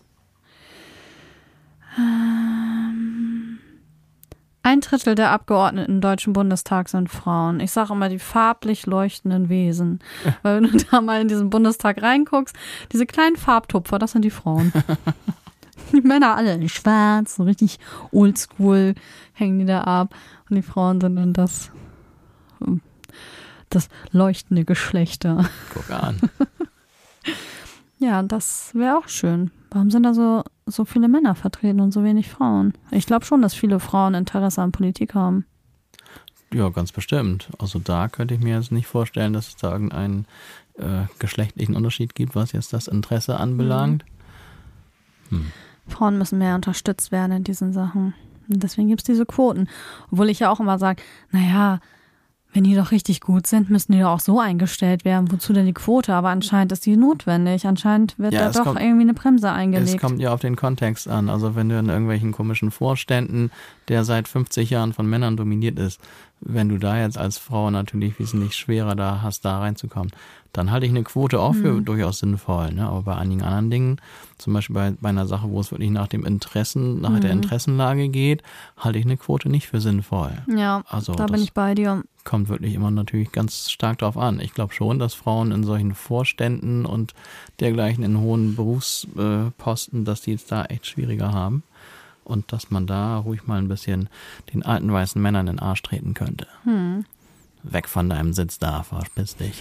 1/3 der Abgeordneten im Deutschen Bundestag sind Frauen. Ich sage immer die farblich leuchtenden Wesen. Weil wenn du da mal in diesen Bundestag reinguckst, diese kleinen Farbtupfer, das sind die Frauen. Die Männer alle in schwarz, so richtig oldschool hängen die da ab. Und die Frauen sind dann das leuchtende Geschlechter. Guck an. Ja, das wäre auch schön. Warum sind da so viele Männer vertreten und so wenig Frauen? Ich glaube schon, dass viele Frauen Interesse an Politik haben. Ja, ganz bestimmt. Also da könnte ich mir jetzt nicht vorstellen, dass es da irgendeinen geschlechtlichen Unterschied gibt, was jetzt das Interesse anbelangt. Frauen müssen mehr unterstützt werden in diesen Sachen. Und deswegen gibt es diese Quoten. Obwohl ich ja auch immer sage, naja, wenn die doch richtig gut sind, müssen die doch auch so eingestellt werden. Wozu denn die Quote? Aber anscheinend ist die notwendig. Anscheinend wird da doch irgendwie eine Bremse eingelegt. Es kommt ja auf den Kontext an. Also wenn du in irgendwelchen komischen Vorständen, der seit 50 Jahren von Männern dominiert ist, wenn du da jetzt als Frau natürlich wesentlich schwerer da hast, da reinzukommen, dann halte ich eine Quote auch für durchaus sinnvoll. Ne? Aber bei einigen anderen Dingen, zum Beispiel bei einer Sache, wo es wirklich nach der Interessenlage geht, halte ich eine Quote nicht für sinnvoll. Ja, also da bin ich bei dir. Kommt wirklich immer natürlich ganz stark drauf an. Ich glaube schon, dass Frauen in solchen Vorständen und dergleichen in hohen Berufsposten, dass die jetzt da echt schwieriger haben. Und dass man da ruhig mal ein bisschen den alten weißen Männern in den Arsch treten könnte. Weg von deinem Sitz da, verspiss dich.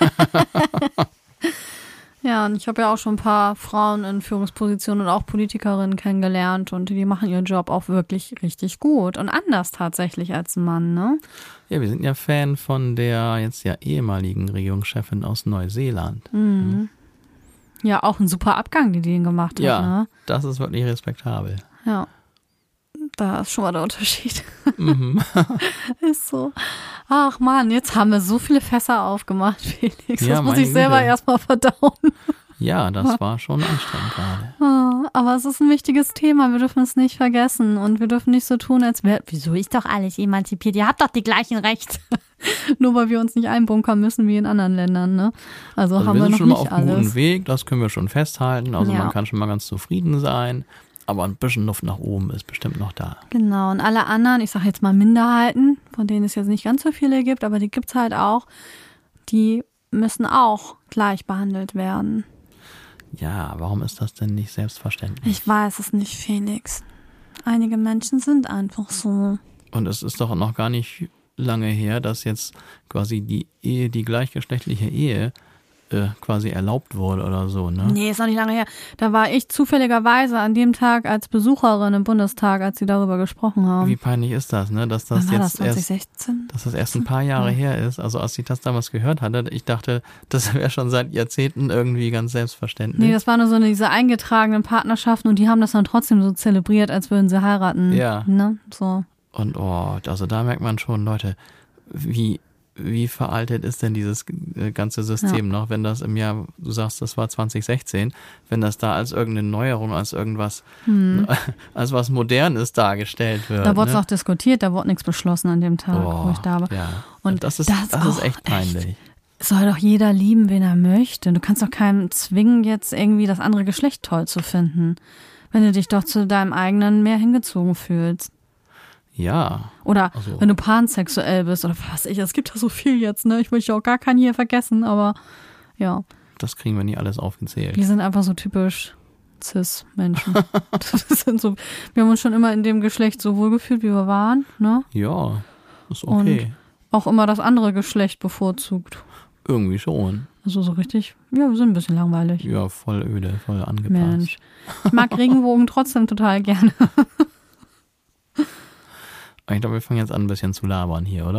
Ja, und ich habe ja auch schon ein paar Frauen in Führungspositionen und auch Politikerinnen kennengelernt und die machen ihren Job auch wirklich richtig gut und anders tatsächlich als ein Mann, ne? Ja, wir sind ja Fan von der jetzt ja ehemaligen Regierungschefin aus Neuseeland. Ja, auch ein super Abgang, die den gemacht hat, ne? Das ist wirklich respektabel. Ja, da ist schon mal der Unterschied. Ist so. Ach man, jetzt haben wir so viele Fässer aufgemacht, Felix. Ja, das muss ich selber erstmal verdauen. Ja, das war schon anstrengend gerade. Aber es ist ein wichtiges Thema, wir dürfen es nicht vergessen und wir dürfen nicht so tun, als wäre, wieso ist doch alles emanzipiert, ihr habt doch die gleichen Rechte. Nur weil wir uns nicht einbunkern müssen wie in anderen Ländern, ne? Also haben wir noch nicht alles. Wir sind schon mal auf einem guten Weg, das können wir schon festhalten, also man kann schon mal ganz zufrieden sein. Aber ein bisschen Luft nach oben ist bestimmt noch da. Genau, und alle anderen, ich sage jetzt mal Minderheiten, von denen es jetzt nicht ganz so viele gibt, aber die gibt es halt auch, die müssen auch gleich behandelt werden. Ja, warum ist das denn nicht selbstverständlich? Ich weiß es nicht, Felix. Einige Menschen sind einfach so. Und es ist doch noch gar nicht lange her, dass jetzt quasi die gleichgeschlechtliche Ehe quasi erlaubt wurde oder so, ne? Nee, ist noch nicht lange her. Da war ich zufälligerweise an dem Tag als Besucherin im Bundestag, als sie darüber gesprochen haben. Wie peinlich ist das, ne? Dass das Wann war jetzt das, 2016? Dass das erst ein paar Jahre her ist. Also als ich das damals gehört hatte, ich dachte, das wäre schon seit Jahrzehnten irgendwie ganz selbstverständlich. Nee, das war nur so diese eingetragenen Partnerschaften und die haben das dann trotzdem so zelebriert, als würden sie heiraten. Ja. Ne? So. Und also da merkt man schon, Leute, wie veraltet ist denn dieses ganze System noch, wenn das im Jahr, du sagst, das war 2016, wenn das da als irgendeine Neuerung, als irgendwas, als was Modernes dargestellt wird. Da wurde es auch diskutiert, da wurde nichts beschlossen an dem Tag, wo ich da war. Ja. Und das ist echt peinlich. Soll doch jeder lieben, wen er möchte. Du kannst doch keinen zwingen, jetzt irgendwie das andere Geschlecht toll zu finden, wenn du dich doch zu deinem eigenen mehr hingezogen fühlst. Ja. Oder wenn du pansexuell bist oder was weiß ich, es gibt ja so viel jetzt, ne? Ich möchte auch gar keinen hier vergessen, aber ja. Das kriegen wir nie alles aufgezählt. Wir sind einfach so typisch Cis-Menschen. Wir haben uns schon immer in dem Geschlecht so wohlgefühlt, wie wir waren, ne? Ja, ist okay. Und auch immer das andere Geschlecht bevorzugt. Irgendwie schon. Also so richtig, ja, wir sind ein bisschen langweilig. Ja, voll öde, voll angepasst. Mensch. Ich mag Regenbogen trotzdem total gerne. Ich glaube, wir fangen jetzt an, ein bisschen zu labern hier, oder?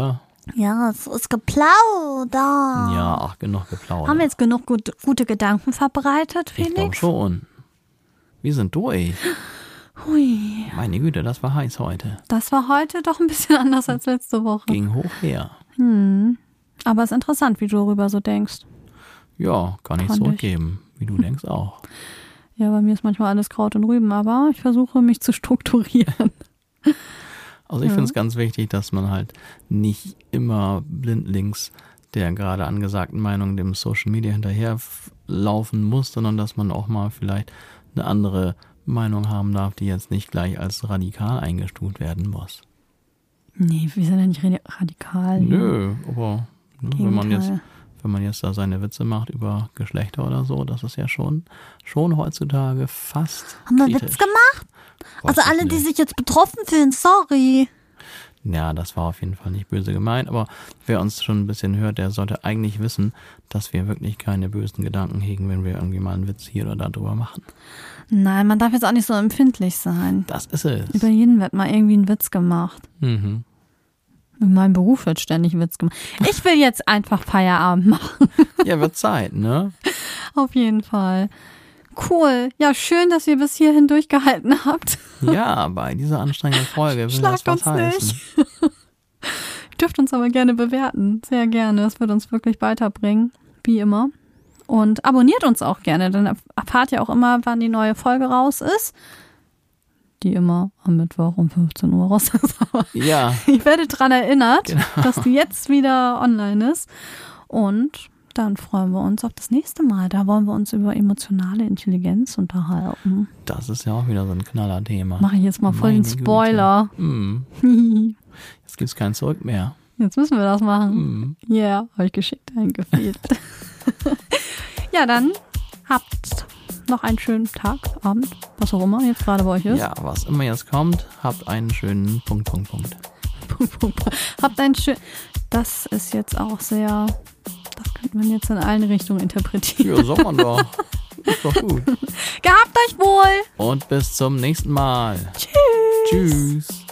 Ja, es ist geplaudert. Ja, ach, genug geplaudert. Haben wir jetzt genug gute Gedanken verbreitet, Felix? Ich glaube schon. Wir sind durch. Hui. Meine Güte, das war heiß heute. Das war heute doch ein bisschen anders als letzte Woche. Ging hoch her. Aber es ist interessant, wie du darüber so denkst. Ja, kann ich zurückgeben. Wie du denkst auch. Ja, bei mir ist manchmal alles Kraut und Rüben, aber ich versuche mich zu strukturieren. Also ich finde es ganz wichtig, dass man halt nicht immer blindlings der gerade angesagten Meinung dem Social Media hinterherlaufen muss, sondern dass man auch mal vielleicht eine andere Meinung haben darf, die jetzt nicht gleich als radikal eingestuft werden muss. Nee, wir sind ja nicht radikal. Nö, aber wenn man jetzt da seine Witze macht über Geschlechter oder so, das ist ja schon heutzutage fast Haben wir kritisch. Witz gemacht? Also alle, die sich jetzt betroffen fühlen, sorry. Ja, das war auf jeden Fall nicht böse gemeint, aber wer uns schon ein bisschen hört, der sollte eigentlich wissen, dass wir wirklich keine bösen Gedanken hegen, wenn wir irgendwie mal einen Witz hier oder da drüber machen. Nein, man darf jetzt auch nicht so empfindlich sein. Das ist es. Über jeden wird mal irgendwie ein Witz gemacht. Mhm. In meinem Beruf wird ständig Witz gemacht. Ich will jetzt einfach Feierabend machen. Ja, wird Zeit, ne? Auf jeden Fall. Cool. Ja, schön, dass ihr bis hierhin durchgehalten habt. Ja, bei dieser anstrengenden Folge will Schlagt das was uns heißen. nicht. Ihr dürft uns aber gerne bewerten. Sehr gerne. Das wird uns wirklich weiterbringen. Wie immer. Und abonniert uns auch gerne. Dann erfahrt ihr auch immer, wann die neue Folge raus ist. Die immer am Mittwoch um 15 Uhr raus ist. Aber Ja. ich werde daran erinnert, Genau. dass die jetzt wieder online ist. Und dann freuen wir uns auf das nächste Mal. Da wollen wir uns über emotionale Intelligenz unterhalten. Das ist ja auch wieder so ein Knallerthema. Mache ich jetzt mal voll den Meine Güte. Spoiler. Jetzt gibt's kein Zurück mehr. Jetzt müssen wir das machen. Ja, habe ich geschickt eingefehlt. Ja, dann habt noch einen schönen Tag, Abend, was auch immer jetzt gerade bei euch ist. Ja, was immer jetzt kommt, habt einen schönen Punkt. Habt einen schönen... Das ist jetzt auch sehr... Das könnte man jetzt in allen Richtungen interpretieren. Ja, soll man doch. Ist doch gut. Gehabt euch wohl! Und bis zum nächsten Mal. Tschüss! Tschüss.